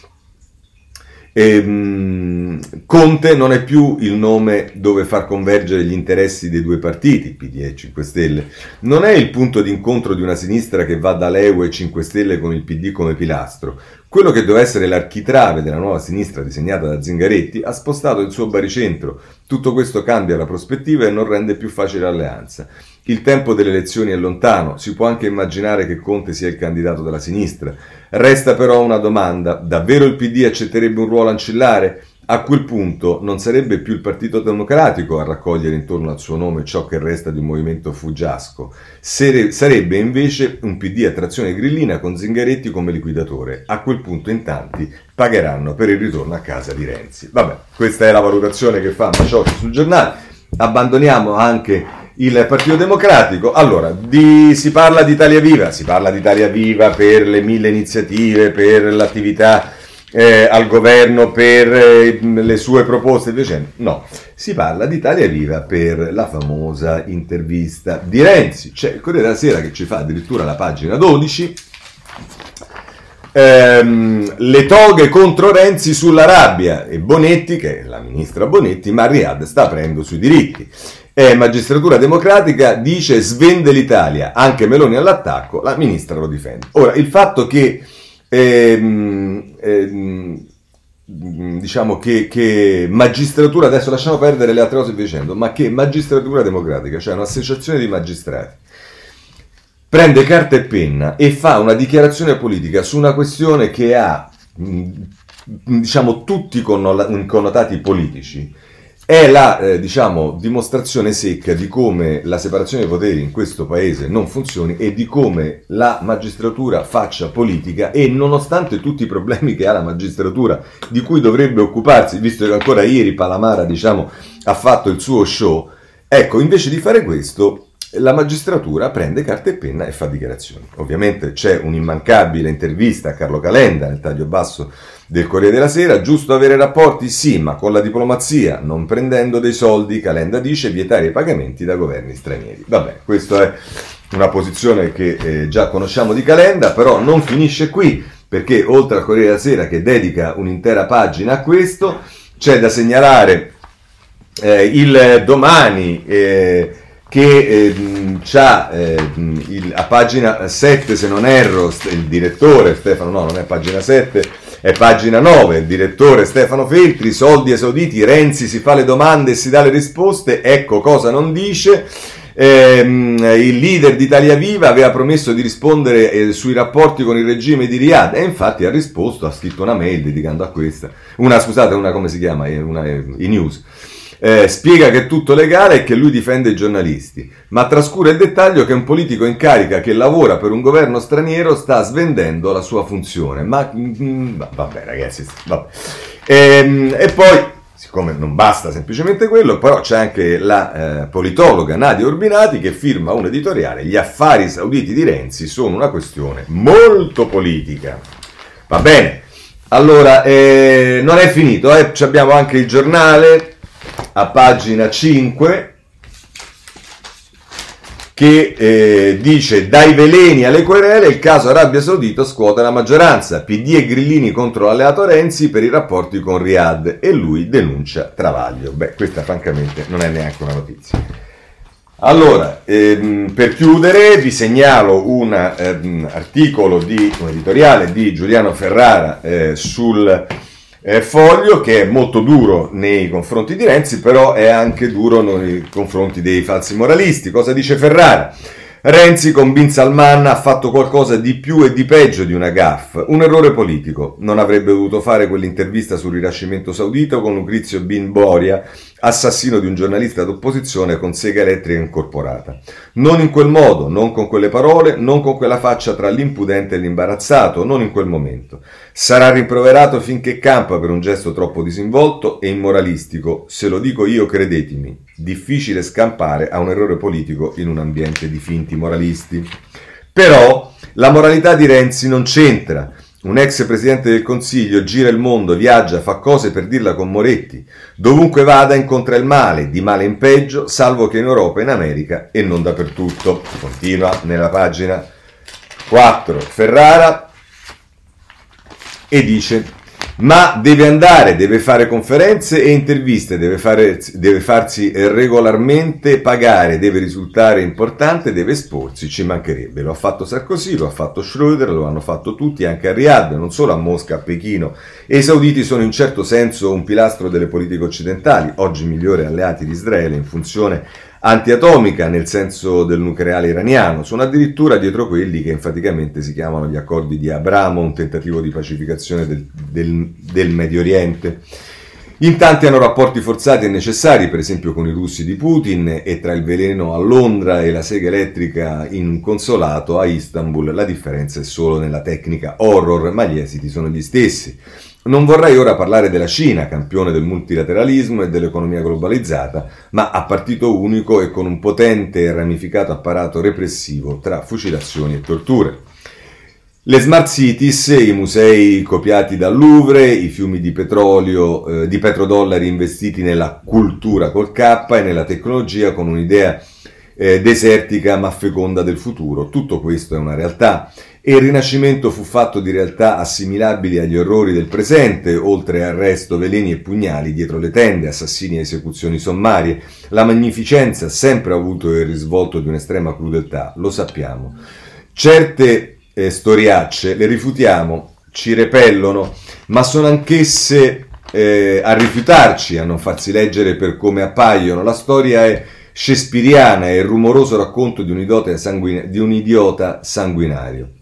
Conte non è più il nome dove far convergere gli interessi dei due partiti, PD e 5 Stelle, non è il punto d'incontro di una sinistra che va da Leu e 5 Stelle con il PD come pilastro. Quello che doveva essere l'architrave della nuova sinistra disegnata da Zingaretti ha spostato il suo baricentro. Tutto questo cambia la prospettiva e non rende più facile l'alleanza. Il tempo delle elezioni è lontano, si può anche immaginare che Conte sia il candidato della sinistra. Resta però una domanda: davvero il PD accetterebbe un ruolo ancillare? A quel punto non sarebbe più il Partito Democratico a raccogliere intorno al suo nome ciò che resta di un movimento fuggiasco. Sarebbe invece un PD a trazione grillina con Zingaretti come liquidatore. A quel punto in tanti pagheranno per il ritorno a casa di Renzi. Vabbè, questa è la valutazione che fa Macioci sul giornale. Abbandoniamo anche il Partito Democratico. Allora, si parla di Italia Viva per le 1000 iniziative, per l'attività al governo, per le sue proposte, invece no, si parla di Italia Viva per la famosa intervista di Renzi. C'è il Corriere della Sera che ci fa addirittura la pagina 12, le toghe contro Renzi sulla rabbia, e Bonetti, che è la ministra Bonetti, ma Riyad sta aprendo sui diritti. Magistratura democratica dice svende l'Italia, anche Meloni all'attacco, la ministra lo difende. Ora, il fatto che diciamo che magistratura, adesso lasciamo perdere le altre cose e via dicendo, ma che magistratura democratica, cioè un'associazione di magistrati, prende carta e penna e fa una dichiarazione politica su una questione che ha, diciamo, tutti connotati politici, è la diciamo, dimostrazione secca di come la separazione dei poteri in questo paese non funzioni e di come la magistratura faccia politica, e nonostante tutti i problemi che ha la magistratura, di cui dovrebbe occuparsi, visto che ancora ieri Palamara, diciamo, ha fatto il suo show, ecco, invece di fare questo la magistratura prende carta e penna e fa dichiarazioni. Ovviamente c'è un'immancabile intervista a Carlo Calenda nel taglio basso del Corriere della Sera. Giusto avere rapporti? Sì, ma con la diplomazia, non prendendo dei soldi. Calenda dice vietare i pagamenti da governi stranieri. Vabbè, questa è una posizione che già conosciamo di Calenda, però non finisce qui, perché oltre al Corriere della Sera, che dedica un'intera pagina a questo, c'è da segnalare il Domani, che c'ha a pagina 7, se non erro, il direttore Stefano, no, non è pagina 7, è pagina 9, il direttore Stefano Feltri, soldi esauditi, Renzi si fa le domande e si dà le risposte, ecco cosa non dice. Il leader di Italia Viva aveva promesso di rispondere sui rapporti con il regime di Riyadh, e infatti ha risposto, ha scritto una mail dedicando a questa, come si chiama, i news. Spiega che è tutto legale e che lui difende i giornalisti, ma trascura il dettaglio che un politico in carica che lavora per un governo straniero sta svendendo la sua funzione. Ma vabbè ragazzi, vabbè. E poi, siccome non basta semplicemente quello, però c'è anche la politologa Nadia Urbinati che firma un editoriale: gli affari sauditi di Renzi sono una questione molto politica. Va bene, allora non è finito, abbiamo anche il Giornale a pagina 5 che dice: dai veleni alle querele, il caso Arabia Saudita scuote la maggioranza, PD e Grillini contro l'alleato Renzi per i rapporti con Riyadh e lui denuncia Travaglio. Beh, questa francamente non è neanche una notizia. Allora, per chiudere vi segnalo un articolo un editoriale di Giuliano Ferrara sul Foglio, che è molto duro nei confronti di Renzi, però è anche duro nei confronti dei falsi moralisti. Cosa dice Ferrara? Renzi con Bin Salman ha fatto qualcosa di più e di peggio di una gaffe, un errore politico. Non avrebbe dovuto fare quell'intervista sul rinascimento saudita con Lucrezio Bin Boria, assassino di un giornalista d'opposizione con sega elettrica incorporata. Non in quel modo, non con quelle parole, non con quella faccia tra l'impudente e l'imbarazzato, non in quel momento. Sarà rimproverato finché campa per un gesto troppo disinvolto e immoralistico. Se lo dico io, credetemi, difficile scampare a un errore politico in un ambiente di finti moralisti. Però la moralità di Renzi non c'entra. Un ex presidente del Consiglio gira il mondo, viaggia, fa cose per dirla con Moretti. Dovunque vada incontra il male, di male in peggio, salvo che in Europa, in America e non dappertutto. Continua nella pagina 4 Ferrara e dice: ma deve andare, deve fare conferenze e interviste, deve farsi regolarmente pagare, deve risultare importante, deve esporsi, ci mancherebbe. Lo ha fatto Sarkozy, lo ha fatto Schröder, lo hanno fatto tutti, anche a Riyadh, non solo a Mosca, a Pechino. E i sauditi sono in certo senso un pilastro delle politiche occidentali, oggi migliori alleati di Israele in funzione antiatomica nel senso del nucleare iraniano, sono addirittura dietro quelli che enfaticamente si chiamano gli accordi di Abramo, un tentativo di pacificazione del Medio Oriente. In tanti hanno rapporti forzati e necessari, per esempio con i russi di Putin, e tra il veleno a Londra e la sega elettrica in un consolato a Istanbul la differenza è solo nella tecnica horror, ma gli esiti sono gli stessi. Non vorrei ora parlare della Cina, campione del multilateralismo e dell'economia globalizzata, ma a partito unico e con un potente e ramificato apparato repressivo tra fucilazioni e torture. Le smart cities, i musei copiati dal Louvre, i fiumi di petrolio, di petrodollari investiti nella cultura col K e nella tecnologia con un'idea desertica ma feconda del futuro. Tutto questo è una realtà. E il Rinascimento fu fatto di realtà assimilabili agli orrori del presente, oltre arresto, veleni e pugnali dietro le tende, assassini e esecuzioni sommarie. La magnificenza ha sempre avuto il risvolto di un'estrema crudeltà, lo sappiamo. Certe storiacce le rifutiamo, ci repellono, ma sono anch'esse a rifiutarci, a non farsi leggere per come appaiono. La storia è shakespeariana, è il rumoroso racconto di un idiota sanguinario.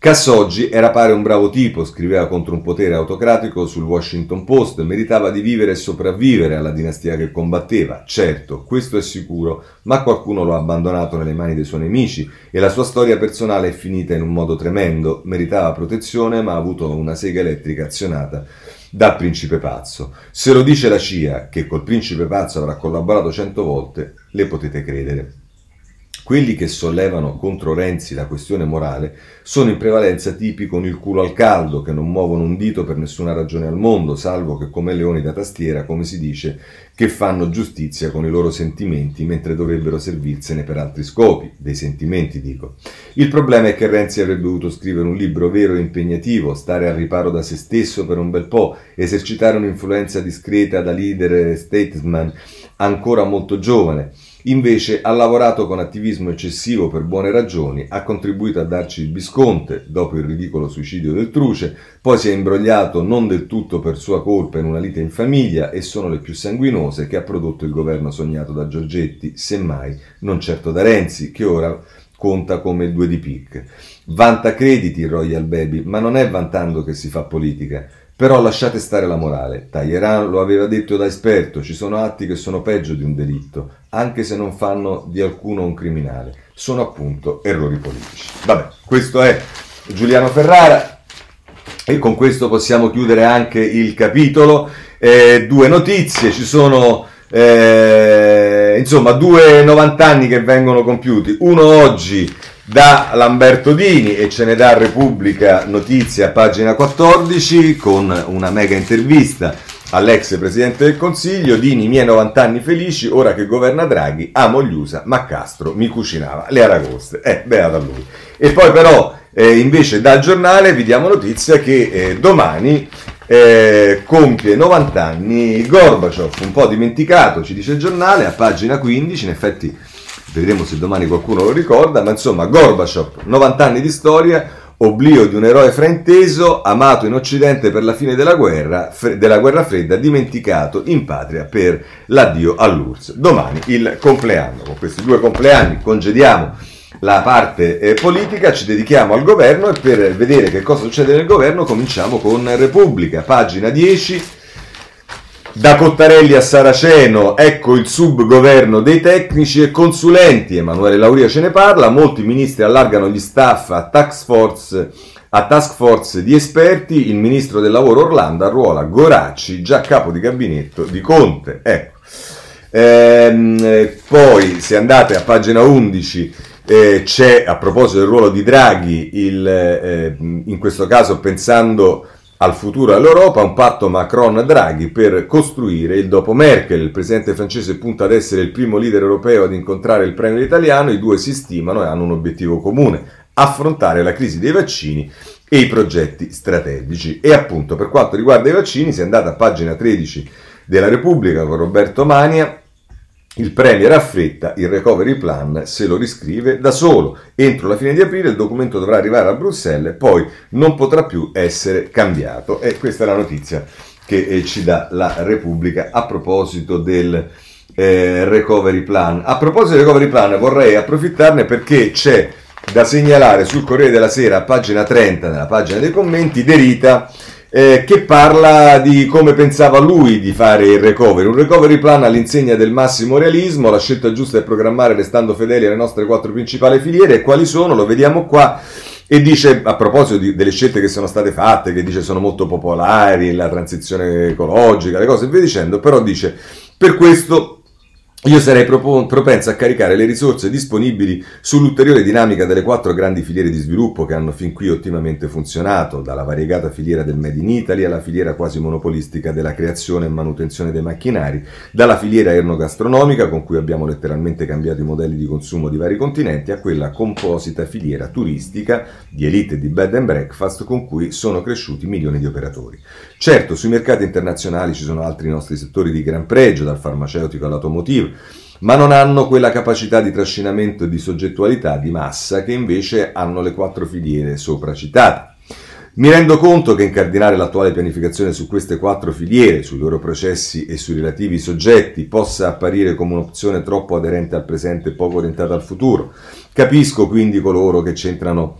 Cassoggi era pare un bravo tipo, scriveva contro un potere autocratico sul Washington Post, meritava di vivere e sopravvivere alla dinastia che combatteva. Certo, questo è sicuro, ma qualcuno lo ha abbandonato nelle mani dei suoi nemici e la sua storia personale è finita in un modo tremendo. Meritava protezione, ma ha avuto una sega elettrica azionata dal principe pazzo. Se lo dice la CIA, che col principe pazzo avrà collaborato 100 volte, le potete credere. Quelli che sollevano contro Renzi la questione morale sono in prevalenza tipi con il culo al caldo, che non muovono un dito per nessuna ragione al mondo, salvo che come leoni da tastiera, come si dice, che fanno giustizia con i loro sentimenti, mentre dovrebbero servirsene per altri scopi, dei sentimenti dico. Il problema è che Renzi avrebbe dovuto scrivere un libro vero e impegnativo, stare al riparo da se stesso per un bel po', esercitare un'influenza discreta da leader statesman ancora molto giovane. Invece ha lavorato con attivismo eccessivo per buone ragioni, ha contribuito a darci il Visconte, dopo il ridicolo suicidio del Truce, poi si è imbrogliato non del tutto per sua colpa in una lite in famiglia e sono le più sanguinose che ha prodotto il governo sognato da Giorgetti, semmai non certo da Renzi, che ora conta come il 2 di pic. Vanta crediti il Royal Baby, ma non è vantando che si fa politica. Però lasciate stare la morale. Talleyrand lo aveva detto da esperto, ci sono atti che sono peggio di un delitto, anche se non fanno di alcuno un criminale. Sono appunto errori politici. Vabbè, questo è Giuliano Ferrara e con questo possiamo chiudere anche il capitolo. Due notizie, ci sono insomma 2 90 che vengono compiuti, uno oggi da Lamberto Dini e ce ne dà Repubblica Notizia, pagina 14, con una mega intervista all'ex Presidente del Consiglio. Dini, miei 90 anni felici, ora che governa Draghi, amo gli USA, ma Castro mi cucinava le aragoste. Beata lui. E poi però, invece dal giornale vi diamo notizia che domani compie 90 anni Gorbaciov, un po' dimenticato, ci dice il giornale, a pagina 15, in effetti vedremo se domani qualcuno lo ricorda, ma insomma Gorbaciov, 90 anni di storia, oblio di un eroe frainteso, amato in Occidente per la fine della guerra fredda, dimenticato in patria per l'addio all'URSS. Domani il compleanno, con questi 2 compleanni congediamo la parte politica, ci dedichiamo al governo e per vedere che cosa succede nel governo cominciamo con Repubblica, pagina 10. Da Cottarelli a Saraceno, ecco il subgoverno dei tecnici e consulenti. Emanuele Lauria ce ne parla, molti ministri allargano gli staff a task force di esperti, il ministro del lavoro Orlando arruola Goracci, già capo di gabinetto di Conte. Ecco. Poi se andate a pagina 11 c'è, a proposito del ruolo di Draghi, in questo caso pensando al futuro dell'Europa, un patto Macron-Draghi per costruire il dopo Merkel. Il presidente francese punta ad essere il primo leader europeo ad incontrare il premier italiano, i due si stimano e hanno un obiettivo comune: affrontare la crisi dei vaccini e i progetti strategici. E appunto per quanto riguarda i vaccini, si è andata a pagina 13 della Repubblica con Roberto Mania. Il Premier affretta il recovery plan, se lo riscrive da solo. Entro la fine di aprile il documento dovrà arrivare a Bruxelles, poi non potrà più essere cambiato. E questa è la notizia che ci dà la Repubblica a proposito del recovery plan. A proposito del recovery plan vorrei approfittarne perché c'è da segnalare sul Corriere della Sera, a pagina 30, nella pagina dei commenti, De Rita, che parla di come pensava lui di fare il recovery. Un recovery plan all'insegna del massimo realismo, la scelta giusta è programmare restando fedeli alle nostre 4 principali filiere. E quali sono? Lo vediamo qua. E dice, a proposito delle scelte che sono state fatte, che dice sono molto popolari, la transizione ecologica, le cose e via dicendo, però dice, per questo io sarei propenso a caricare le risorse disponibili sull'ulteriore dinamica delle 4 grandi filiere di sviluppo che hanno fin qui ottimamente funzionato, dalla variegata filiera del Made in Italy alla filiera quasi monopolistica della creazione e manutenzione dei macchinari, dalla filiera enogastronomica con cui abbiamo letteralmente cambiato i modelli di consumo di vari continenti, a quella composita filiera turistica di elite e di bed and breakfast con cui sono cresciuti milioni di operatori. Certo, sui mercati internazionali ci sono altri nostri settori di gran pregio, dal farmaceutico all'automotive, ma non hanno quella capacità di trascinamento e di soggettualità di massa che invece hanno le 4 filiere sopra citate. Mi rendo conto che incardinare l'attuale pianificazione su queste 4 filiere, sui loro processi e sui relativi soggetti, possa apparire come un'opzione troppo aderente al presente e poco orientata al futuro. Capisco quindi coloro che centrano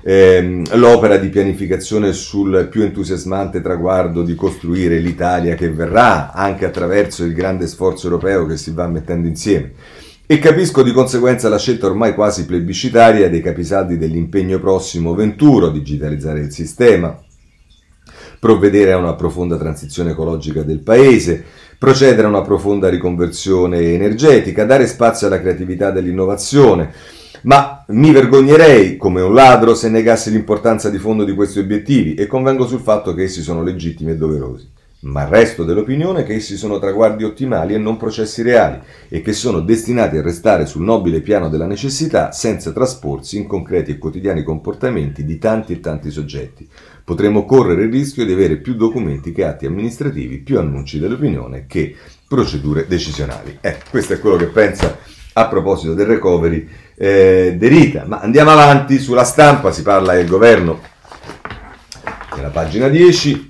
l'opera di pianificazione sul più entusiasmante traguardo di costruire l'Italia che verrà, anche attraverso il grande sforzo europeo che si va mettendo insieme. E capisco di conseguenza la scelta ormai quasi plebiscitaria dei capisaldi dell'impegno prossimo venturo: digitalizzare il sistema, provvedere a una profonda transizione ecologica del paese, procedere a una profonda riconversione energetica, dare spazio alla creatività dell'innovazione. Ma mi vergognerei come un ladro se negassi l'importanza di fondo di questi obiettivi, e convengo sul fatto che essi sono legittimi e doverosi. Ma resto dell'opinione che essi sono traguardi ottimali e non processi reali, e che sono destinati a restare sul nobile piano della necessità senza trasporsi in concreti e quotidiani comportamenti di tanti e tanti soggetti. Potremmo correre il rischio di avere più documenti che atti amministrativi, più annunci dell'opinione che procedure decisionali. Questo è quello che pensa a proposito del recovery De Rita. Ma andiamo avanti. Sulla Stampa si parla del governo, nella pagina 10,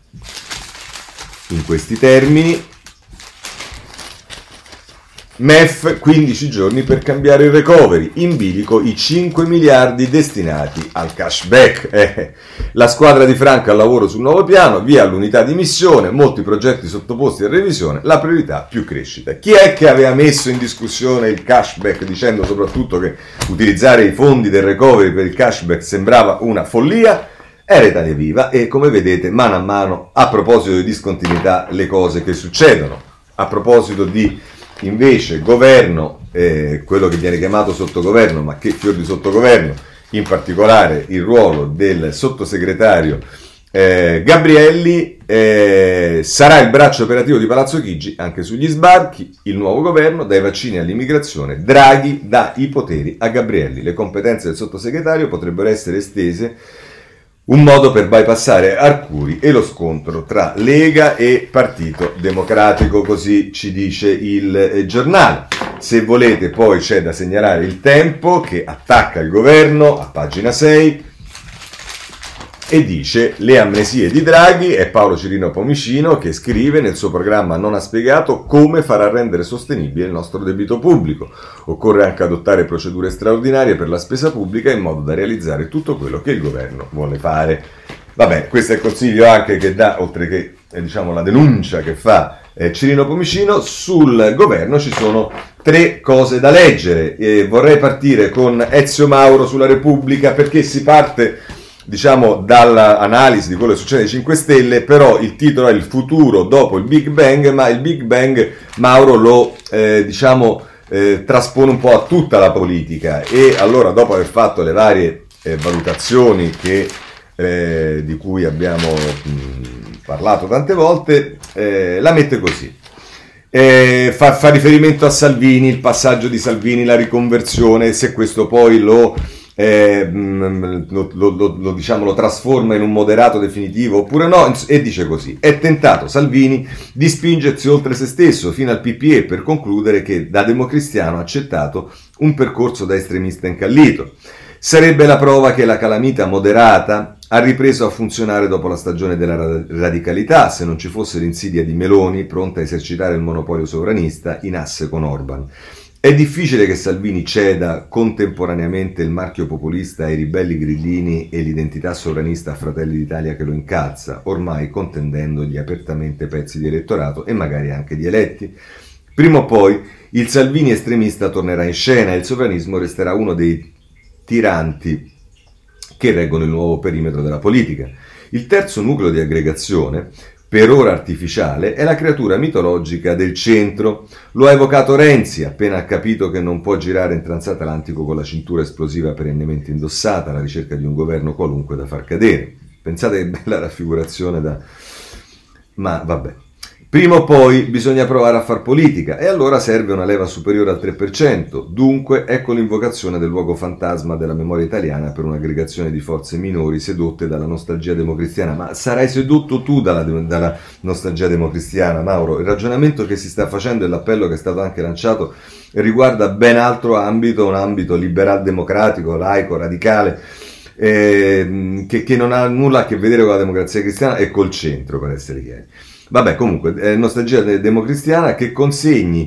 in questi termini: MEF 15 giorni per cambiare il recovery, in bilico i 5 miliardi destinati al cashback. La squadra di Franco al lavoro sul nuovo piano, via l'unità di missione, molti progetti sottoposti a revisione, la priorità più crescita. Chi è che aveva messo in discussione il cashback, dicendo soprattutto che utilizzare i fondi del recovery per il cashback sembrava una follia? Era Italia Viva, e come vedete mano a mano, a proposito di discontinuità, le cose che succedono. A proposito di invece governo, quello che viene chiamato sottogoverno, ma che fior di sottogoverno, in particolare il ruolo del sottosegretario Gabrielli, sarà il braccio operativo di Palazzo Chigi anche sugli sbarchi. Il nuovo governo, dai vaccini all'immigrazione, Draghi dà i poteri a Gabrielli. Le competenze del sottosegretario potrebbero essere estese, un modo per bypassare Arcuri e lo scontro tra Lega e Partito Democratico, così ci dice il giornale. Se volete poi c'è da segnalare Il Tempo, che attacca il governo a pagina 6 e dice: le amnesie di Draghi. È Paolo Cirino Pomicino che scrive: nel suo programma non ha spiegato come farà rendere sostenibile il nostro debito pubblico. Occorre anche adottare procedure straordinarie per la spesa pubblica in modo da realizzare tutto quello che il governo vuole fare. Vabbè, questo è il consiglio anche che dà, oltre che la denuncia che fa Cirino Pomicino. Sul governo ci sono 3 cose da leggere. Vorrei partire con Ezio Mauro sulla Repubblica, perché si parte dall'analisi di quello che succede ai 5 Stelle, però il titolo è Il futuro dopo il Big Bang, ma il Big Bang Mauro lo traspone un po' a tutta la politica, e allora, dopo aver fatto le varie valutazioni di cui abbiamo parlato tante volte, la mette così. Fa riferimento a Salvini, il passaggio di Salvini, la riconversione, se questo poi lo trasforma in un moderato definitivo oppure no, e dice così: è tentato Salvini di spingersi oltre se stesso fino al PPE per concludere che da democristiano ha accettato un percorso da estremista incallito. Sarebbe la prova che la calamita moderata ha ripreso a funzionare dopo la stagione della radicalità, se non ci fosse l'insidia di Meloni pronta a esercitare il monopolio sovranista in asse con Orban. È difficile che Salvini ceda contemporaneamente il marchio populista ai ribelli grillini e l'identità sovranista a Fratelli d'Italia che lo incalza, ormai contendendogli apertamente pezzi di elettorato e magari anche di eletti. Prima o poi il Salvini estremista tornerà in scena e il sovranismo resterà uno dei tiranti che reggono il nuovo perimetro della politica. Il terzo nucleo di aggregazione, per ora artificiale, è la creatura mitologica del centro. Lo ha evocato Renzi, appena ha capito che non può girare in transatlantico con la cintura esplosiva perennemente indossata, alla ricerca di un governo qualunque da far cadere. Pensate che bella raffigurazione Ma vabbè. Prima o poi bisogna provare a far politica, e allora serve una leva superiore al 3%. Dunque ecco l'invocazione del luogo fantasma della memoria italiana per un'aggregazione di forze minori sedotte dalla nostalgia democristiana. Ma sarai sedotto tu dalla nostalgia democristiana, Mauro? Il ragionamento che si sta facendo e l'appello che è stato anche lanciato riguarda ben altro ambito, un ambito liberal-democratico, laico, radicale, che non ha nulla a che vedere con la democrazia cristiana e col centro, per essere chiari. Vabbè, comunque, nostalgia democristiana che consegni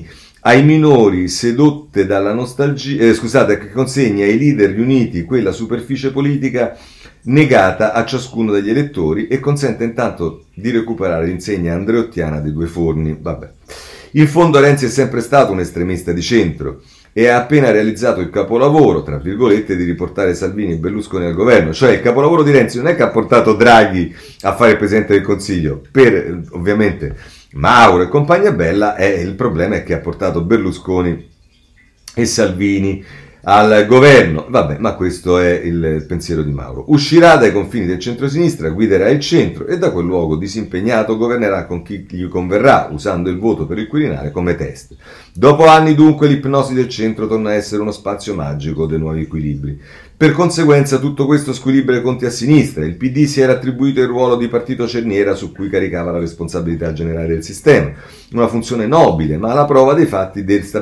ai minori sedotte dalla nostalgia, che consegna ai leader riuniti quella superficie politica negata a ciascuno degli elettori e consente intanto di recuperare l'insegna andreottiana dei due forni. Vabbè. In fondo Renzi è sempre stato un estremista di centro e ha appena realizzato il capolavoro, tra virgolette, di riportare Salvini e Berlusconi al governo. Cioè il capolavoro di Renzi non è che ha portato Draghi a fare il Presidente del Consiglio, per ovviamente Mauro e compagnia bella, il problema è che ha portato Berlusconi e Salvini al governo. Vabbè, ma questo è il pensiero di Mauro. Uscirà dai confini del centro-sinistra, guiderà il centro e da quel luogo disimpegnato governerà con chi gli converrà, usando il voto per il Quirinale come test. Dopo anni dunque l'ipnosi del centro torna a essere uno spazio magico dei nuovi equilibri. Per conseguenza tutto questo squilibra i conti a sinistra. Il PD si era attribuito il ruolo di partito cerniera su cui caricava la responsabilità generale del sistema. Una funzione nobile, ma alla prova dei fatti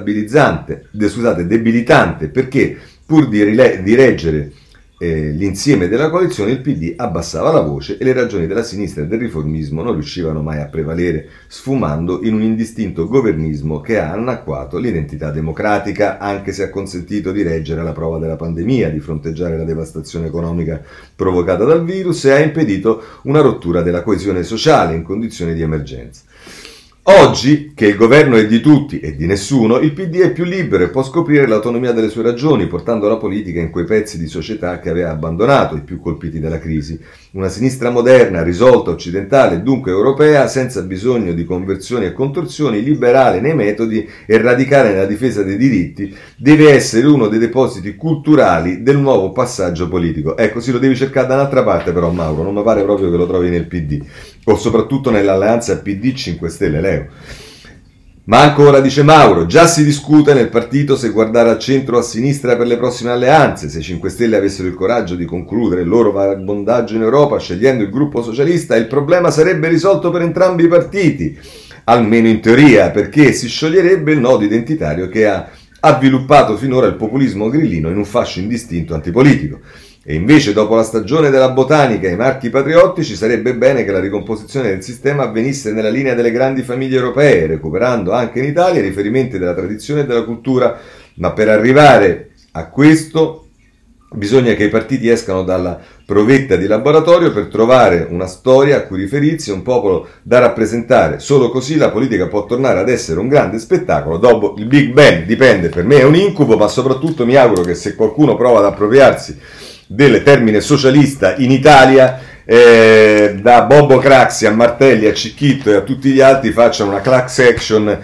debilitante, perché pur di reggere l'insieme della coalizione il PD abbassava la voce e le ragioni della sinistra e del riformismo non riuscivano mai a prevalere, sfumando in un indistinto governismo che ha annacquato l'identità democratica, anche se ha consentito di reggere alla prova della pandemia, di fronteggiare la devastazione economica provocata dal virus e ha impedito una rottura della coesione sociale in condizioni di emergenza. Oggi, che il governo è di tutti e di nessuno, il PD è più libero e può scoprire l'autonomia delle sue ragioni, portando la politica in quei pezzi di società che aveva abbandonato, i più colpiti dalla crisi. Una sinistra moderna, risolta, occidentale e dunque europea, senza bisogno di conversioni e contorsioni, liberale nei metodi e radicale nella difesa dei diritti, deve essere uno dei depositi culturali del nuovo passaggio politico. Ecco, sì, lo devi cercare da un'altra parte però, Mauro, non mi pare proprio che lo trovi nel PD, o soprattutto nell'alleanza PD 5 Stelle Leo. Ma ancora, dice Mauro, già si discute nel partito se guardare al centro o a sinistra per le prossime alleanze. Se i 5 Stelle avessero il coraggio di concludere il loro vagabondaggio in Europa scegliendo il gruppo socialista, il problema sarebbe risolto per entrambi i partiti, almeno in teoria, perché si scioglierebbe il nodo identitario che ha avviluppato finora il populismo grillino in un fascio indistinto antipolitico. E invece, dopo la stagione della botanica e i marchi patriottici, sarebbe bene che la ricomposizione del sistema avvenisse nella linea delle grandi famiglie europee, recuperando anche in Italia i riferimenti della tradizione e della cultura. Ma per arrivare a questo bisogna che i partiti escano dalla provetta di laboratorio per trovare una storia a cui riferirsi e un popolo da rappresentare. Solo così la politica può tornare ad essere un grande spettacolo. Dopo il Big Bang dipende, per me è un incubo, ma soprattutto mi auguro che se qualcuno prova ad appropriarsi del termine socialista in Italia, da Bobo Craxi a Martelli a Cicchitto e a tutti gli altri facciano una class action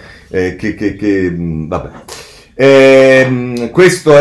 vabbè. Questo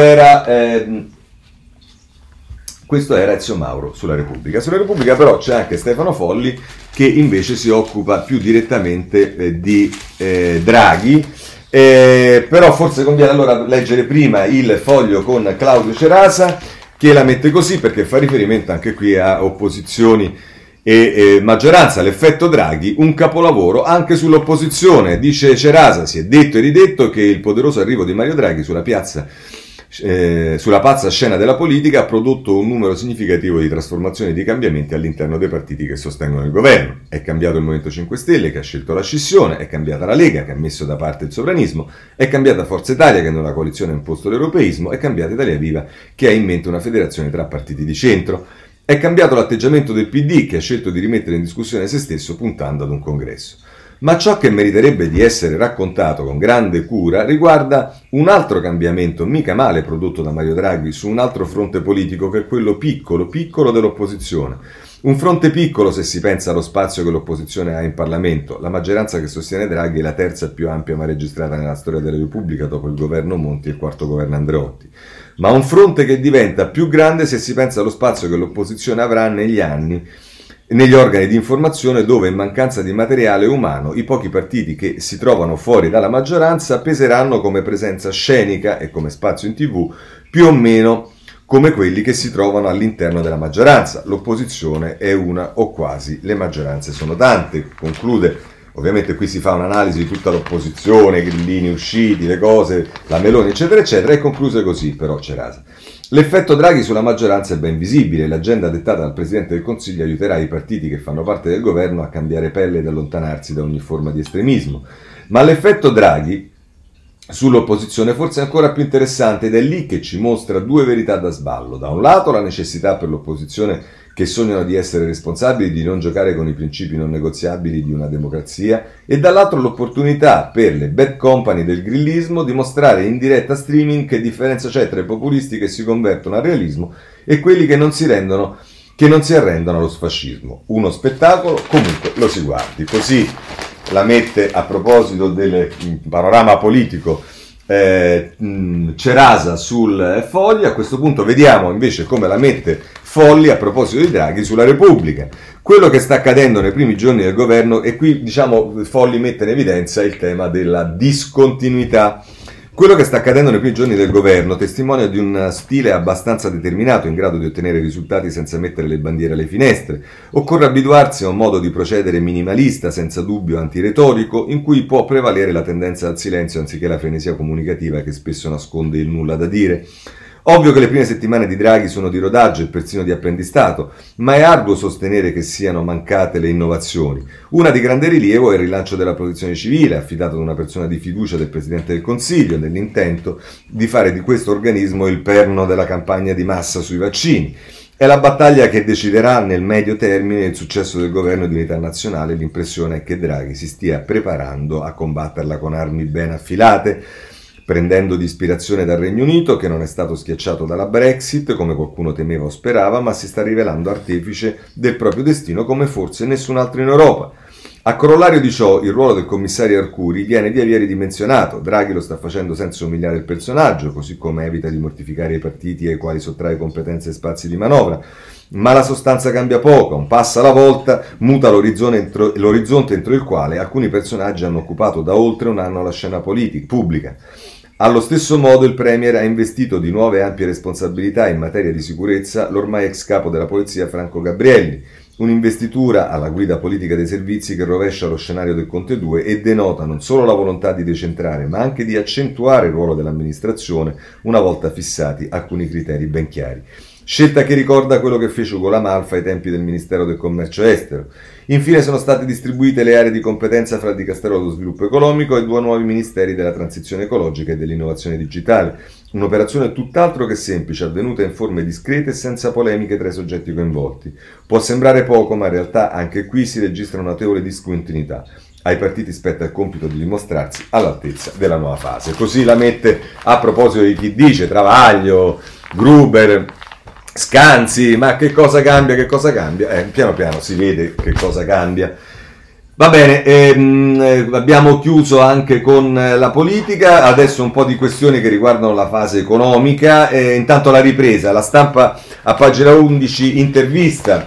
era Ezio Mauro sulla Repubblica. Sulla Repubblica però c'è anche Stefano Folli che invece si occupa più direttamente di Draghi. Però forse conviene allora leggere prima il foglio con Claudio Cerasa, che la mette così perché fa riferimento anche qui a opposizioni e maggioranza. L'effetto Draghi, un capolavoro anche sull'opposizione. Dice Cerasa, si è detto e ridetto che il poderoso arrivo di Mario Draghi sulla pazza scena della politica ha prodotto un numero significativo di trasformazioni e di cambiamenti all'interno dei partiti che sostengono il governo. È cambiato il Movimento 5 Stelle che ha scelto la scissione, è cambiata la Lega che ha messo da parte il sovranismo, è cambiata Forza Italia che nella coalizione ha imposto l'europeismo, è cambiata Italia Viva che ha in mente una federazione tra partiti di centro. È cambiato l'atteggiamento del PD che ha scelto di rimettere in discussione se stesso puntando ad un congresso. Ma ciò che meriterebbe di essere raccontato con grande cura riguarda un altro cambiamento, mica male, prodotto da Mario Draghi su un altro fronte politico che è quello piccolo dell'opposizione. Un fronte piccolo se si pensa allo spazio che l'opposizione ha in Parlamento. La maggioranza che sostiene Draghi è la terza più ampia mai registrata nella storia della Repubblica dopo il governo Monti e il quarto governo Andreotti. Ma un fronte che diventa più grande se si pensa allo spazio che l'opposizione avrà negli anni negli organi di informazione dove in mancanza di materiale umano i pochi partiti che si trovano fuori dalla maggioranza peseranno come presenza scenica e come spazio in TV più o meno come quelli che si trovano all'interno della maggioranza. L'opposizione è una o quasi, le maggioranze sono tante. Conclude, ovviamente qui si fa un'analisi di tutta l'opposizione, i grillini usciti, le cose, la Meloni eccetera eccetera, e concluse così però Cerasa. L'effetto Draghi sulla maggioranza è ben visibile, l'agenda dettata dal Presidente del Consiglio aiuterà i partiti che fanno parte del governo a cambiare pelle ed allontanarsi da ogni forma di estremismo. Ma l'effetto Draghi sull'opposizione forse è ancora più interessante ed è lì che ci mostra due verità da sballo. Da un lato la necessità per l'opposizione che sognano di essere responsabili, di non giocare con i principi non negoziabili di una democrazia, e dall'altro l'opportunità per le bad company del grillismo di mostrare in diretta streaming che differenza c'è tra i populisti che si convertono al realismo e quelli che non si arrendono allo fascismo. Uno spettacolo, comunque lo si guardi. Così la mette, a proposito del panorama politico, Cerasa sul Fogli. A questo punto vediamo invece come la mette Folli a proposito di Draghi sulla Repubblica. Quello che sta accadendo nei primi giorni del governo, e qui diciamo Folli mette in evidenza il tema della discontinuità. Quello che sta accadendo nei primi giorni del governo testimonia di un stile abbastanza determinato, in grado di ottenere risultati senza mettere le bandiere alle finestre. Occorre abituarsi a un modo di procedere minimalista, senza dubbio antiretorico, in cui può prevalere la tendenza al silenzio anziché la frenesia comunicativa che spesso nasconde il nulla da dire. Ovvio che le prime settimane di Draghi sono di rodaggio e persino di apprendistato, ma è arduo sostenere che siano mancate le innovazioni. Una di grande rilievo è il rilancio della protezione civile, affidato ad una persona di fiducia del Presidente del Consiglio, nell'intento di fare di questo organismo il perno della campagna di massa sui vaccini. È la battaglia che deciderà nel medio termine il successo del governo di unità nazionale. L'impressione è che Draghi si stia preparando a combatterla con armi ben affilate, prendendo di ispirazione dal Regno Unito, che non è stato schiacciato dalla Brexit, come qualcuno temeva o sperava, ma si sta rivelando artefice del proprio destino come forse nessun altro in Europa. A corollario di ciò, il ruolo del commissario Arcuri viene via via ridimensionato. Draghi lo sta facendo senza umiliare il personaggio, così come evita di mortificare i partiti ai quali sottrae competenze e spazi di manovra. Ma la sostanza cambia poco, un passo alla volta muta l'orizzonte entro il quale alcuni personaggi hanno occupato da oltre un anno la scena pubblica. Allo stesso modo il Premier ha investito di nuove e ampie responsabilità in materia di sicurezza l'ormai ex capo della polizia Franco Gabrielli, un'investitura alla guida politica dei servizi che rovescia lo scenario del Conte 2 e denota non solo la volontà di decentrare, ma anche di accentuare il ruolo dell'amministrazione una volta fissati alcuni criteri ben chiari. Scelta che ricorda quello che fece Ugo La Malfa ai tempi del Ministero del Commercio Estero. Infine sono state distribuite le aree di competenza fra il Dicastero dello Sviluppo Economico e due nuovi ministeri della transizione ecologica e dell'innovazione digitale. Un'operazione tutt'altro che semplice, avvenuta in forme discrete e senza polemiche tra i soggetti coinvolti. Può sembrare poco, ma in realtà anche qui si registra una notevole discontinuità. Ai partiti spetta il compito di dimostrarsi all'altezza della nuova fase. Così la mette a proposito di chi dice Travaglio, Gruber, Scanzi, ma che cosa cambia, piano piano si vede che cosa cambia. Va bene, abbiamo chiuso anche con la politica, adesso un po' di questioni che riguardano la fase economica. Intanto la ripresa, la Stampa a pagina 11 intervista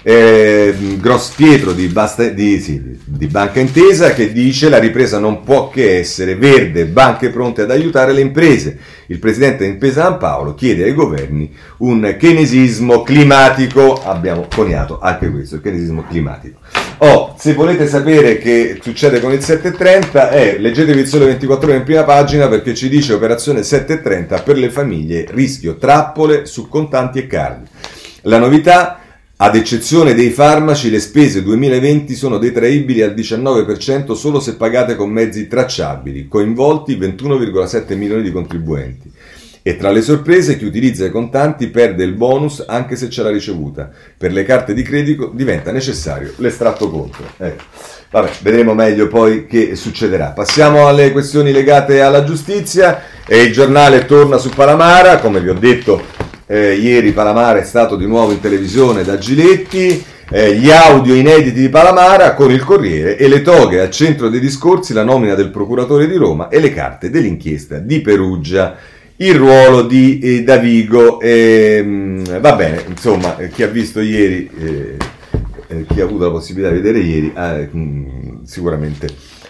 Grosspietro di Banca Intesa, che dice: la ripresa non può che essere verde, banche pronte ad aiutare le imprese. Il presidente Intesa Sanpaolo chiede ai governi un keynesismo climatico. Abbiamo coniato anche questo, il keynesismo climatico. Se volete sapere che succede con il 730, leggetevi il Sole 24 Ore in prima pagina, perché ci dice operazione 730 per le famiglie, rischio trappole su contanti e card. La novità: ad eccezione dei farmaci, le spese 2020 sono detraibili al 19% solo se pagate con mezzi tracciabili, coinvolti 21,7 milioni di contribuenti. E tra le sorprese, chi utilizza i contanti perde il bonus anche se ce l'ha ricevuta. Per le carte di credito diventa necessario l'estratto conto. Vabbè, vedremo meglio poi che succederà. Passiamo alle questioni legate alla giustizia. Il giornale torna su Palamara, come vi ho detto. Ieri Palamara è stato di nuovo in televisione da Giletti, gli audio inediti di Palamara con il Corriere e le toghe al centro dei discorsi, la nomina del procuratore di Roma e le carte dell'inchiesta di Perugia, il ruolo di Davigo. Va bene, insomma, chi ha visto ieri, chi ha avuto la possibilità di vedere ieri, sicuramente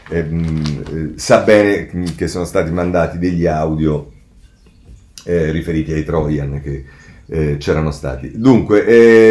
sa bene che sono stati mandati degli audio riferiti ai Trojan che c'erano stati. Dunque,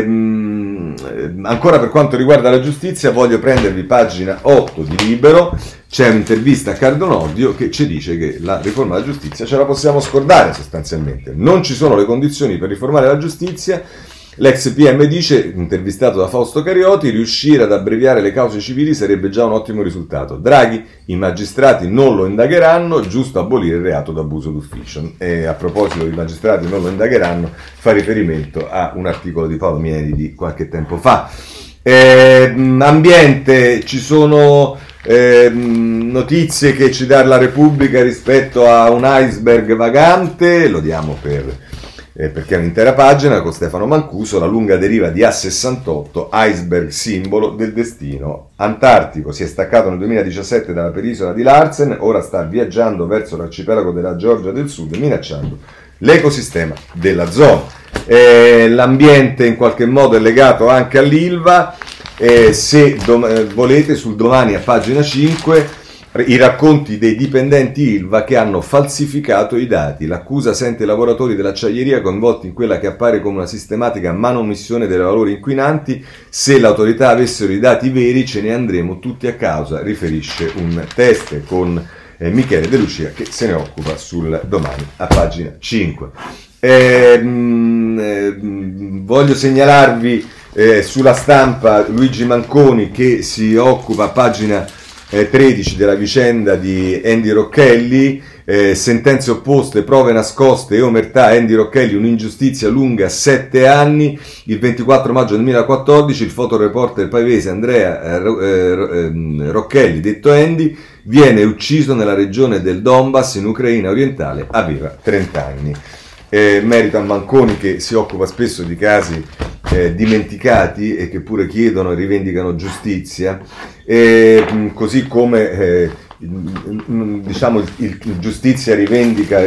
ancora per quanto riguarda la giustizia, voglio prendervi pagina 8 di Libero. C'è un'intervista a Cardonodio che ci dice che la riforma della giustizia ce la possiamo scordare sostanzialmente. Non ci sono le condizioni per riformare la giustizia L'ex PM dice, intervistato da Fausto Carioti, riuscire ad abbreviare le cause civili sarebbe già un ottimo risultato. Draghi, i magistrati non lo indagheranno, giusto abolire il reato d'abuso d'ufficio. E a proposito di magistrati non lo indagheranno, fa riferimento a un articolo di Paolo Mieli di qualche tempo fa. Ambiente, ci sono notizie che ci dà la Repubblica rispetto a un iceberg vagante, lo diamo perché è un'intera pagina, con Stefano Mancuso, la lunga deriva di A68, iceberg simbolo del destino antartico. Si è staccato nel 2017 dalla penisola di Larsen, ora sta viaggiando verso l'arcipelago della Georgia del Sud, minacciando l'ecosistema della zona. L'ambiente in qualche modo è legato anche all'Ilva, se volete sul Domani a pagina 5 i racconti dei dipendenti Ilva che hanno falsificato i dati. L'accusa sente i lavoratori dell'acciaieria coinvolti in quella che appare come una sistematica manomissione dei valori inquinanti. Se le autorità avessero i dati veri ce ne andremo tutti a causa, riferisce un test con Michele De Lucia che se ne occupa sul Domani a pagina 5. Voglio segnalarvi sulla Stampa Luigi Manconi che si occupa a pagina 13 della vicenda di Andy Rocchelli, sentenze opposte, prove nascoste e omertà. Andy Rocchelli, un'ingiustizia lunga 7 anni. Il 24 maggio 2014 il fotoreporter pavese Andrea Rocchelli, detto Andy, viene ucciso nella regione del Donbass in Ucraina orientale, aveva 30 anni. Merito a Manconi, che si occupa spesso di casi dimenticati e che pure chiedono e rivendicano giustizia, così come diciamo il giustizia rivendica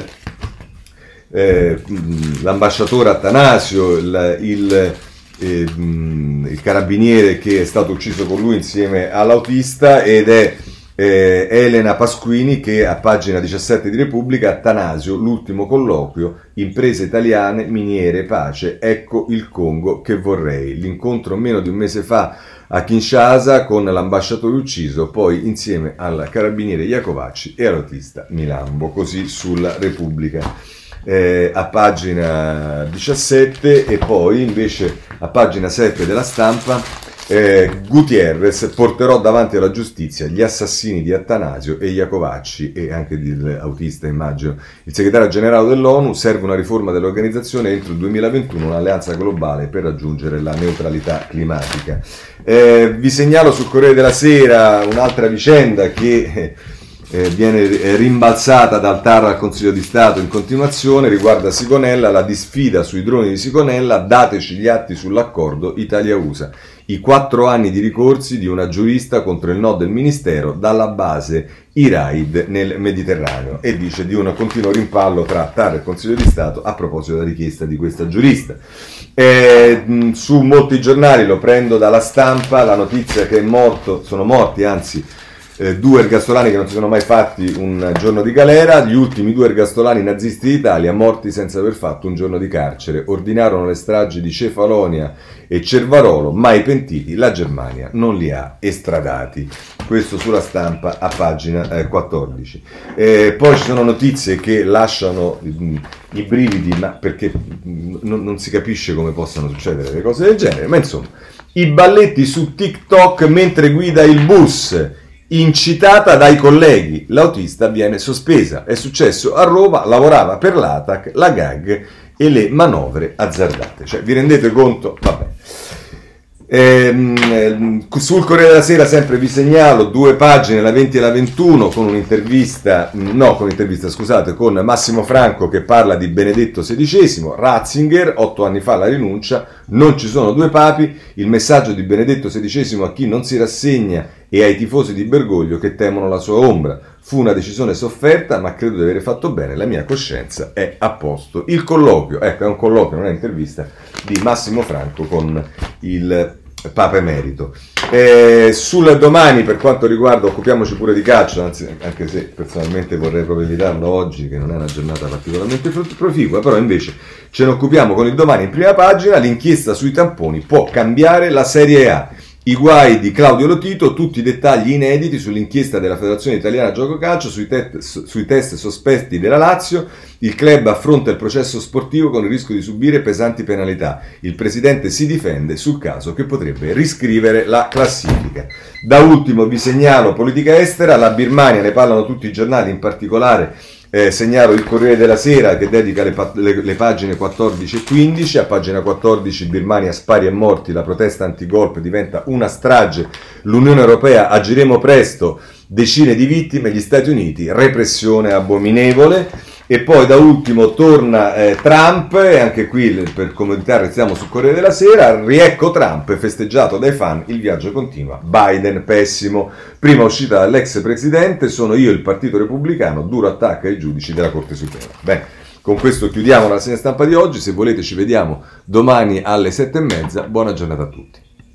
l'ambasciatore Attanasio, il carabiniere che è stato ucciso con lui insieme all'autista, ed è Elena Pasquini che a pagina 17 di Repubblica, Attanasio, l'ultimo colloquio, imprese italiane, miniere, pace, ecco il Congo che vorrei. L'incontro meno di un mese fa a Kinshasa con l'ambasciatore ucciso, poi insieme al carabiniere Iacovacci e all'autista Milambo, così sulla Repubblica. A pagina 17 e poi invece a pagina 7 della Stampa, Gutierrez, porterò davanti alla giustizia gli assassini di Attanasio e Iacovacci e anche dell'autista, immagino. Il segretario generale dell'ONU, serve una riforma dell'organizzazione entro il 2021, un'alleanza globale per raggiungere la neutralità climatica. Vi segnalo sul Corriere della Sera un'altra vicenda che viene rimbalzata dal TAR al Consiglio di Stato in continuazione, riguarda Sigonella, la disfida sui droni di Sigonella, dateci gli atti sull'accordo Italia-USA. I 4 anni di ricorsi di una giurista contro il no del Ministero dalla base I-Raid nel Mediterraneo, e dice di un continuo rimpallo tra TAR e Consiglio di Stato a proposito della richiesta di questa giurista. Su molti giornali, lo prendo dalla Stampa, la notizia che sono morti 2 ergastolani che non si sono mai fatti un giorno di galera, gli ultimi 2 ergastolani nazisti d'Italia morti senza aver fatto un giorno di carcere, ordinarono le stragi di Cefalonia e Cervarolo, mai pentiti, la Germania non li ha estradati. Questo sulla Stampa a pagina 14. Poi ci sono notizie che lasciano i brividi, ma perché non si capisce come possano succedere le cose del genere, ma insomma, i balletti su TikTok mentre guida il bus, incitata dai colleghi, l'autista viene sospesa. È successo a Roma, lavorava per l'ATAC, la gag e le manovre azzardate. Cioè, vi rendete conto? Vabbè. Sul Corriere della Sera sempre vi segnalo 2 pagine, la 20 e la 21, con con Massimo Franco che parla di Benedetto XVI, Ratzinger, 8 anni fa la rinuncia, non ci sono 2 papi, il messaggio di Benedetto XVI a chi non si rassegna e ai tifosi di Bergoglio che temono la sua ombra. Fu una decisione sofferta, ma credo di aver fatto bene, la mia coscienza è a posto. Il colloquio, ecco, è un colloquio, non è un'intervista, di Massimo Franco con il Papa Emerito. Sul Domani, per quanto riguarda, occupiamoci pure di calcio, anche se personalmente vorrei proprio evitarlo oggi, che non è una giornata particolarmente proficua, però invece ce ne occupiamo con il Domani in prima pagina. L'inchiesta sui tamponi può cambiare la Serie A. I guai di Claudio Lotito, tutti i dettagli inediti sull'inchiesta della Federazione Italiana Gioco Calcio sui test sospetti della Lazio. Il club affronta il processo sportivo con il rischio di subire pesanti penalità. Il presidente si difende sul caso che potrebbe riscrivere la classifica. Da ultimo vi segnalo politica estera, la Birmania, ne parlano tutti i giornali, in particolare segnalo il Corriere della Sera che dedica le pagine 14 e 15. A pagina 14 Birmania, spari e morti, la protesta antigolpe diventa una strage, l'Unione Europea agiremo presto, decine di vittime, gli Stati Uniti, repressione abominevole. E poi da ultimo torna Trump, e anche qui per comodità restiamo sul Corriere della Sera, riecco Trump, festeggiato dai fan, il viaggio continua, Biden pessimo, prima uscita dall'ex presidente, sono io il Partito Repubblicano, duro attacco ai giudici della Corte Suprema. Bene, con questo chiudiamo la rassegna stampa di oggi, se volete ci vediamo domani alle 7:30, buona giornata a tutti.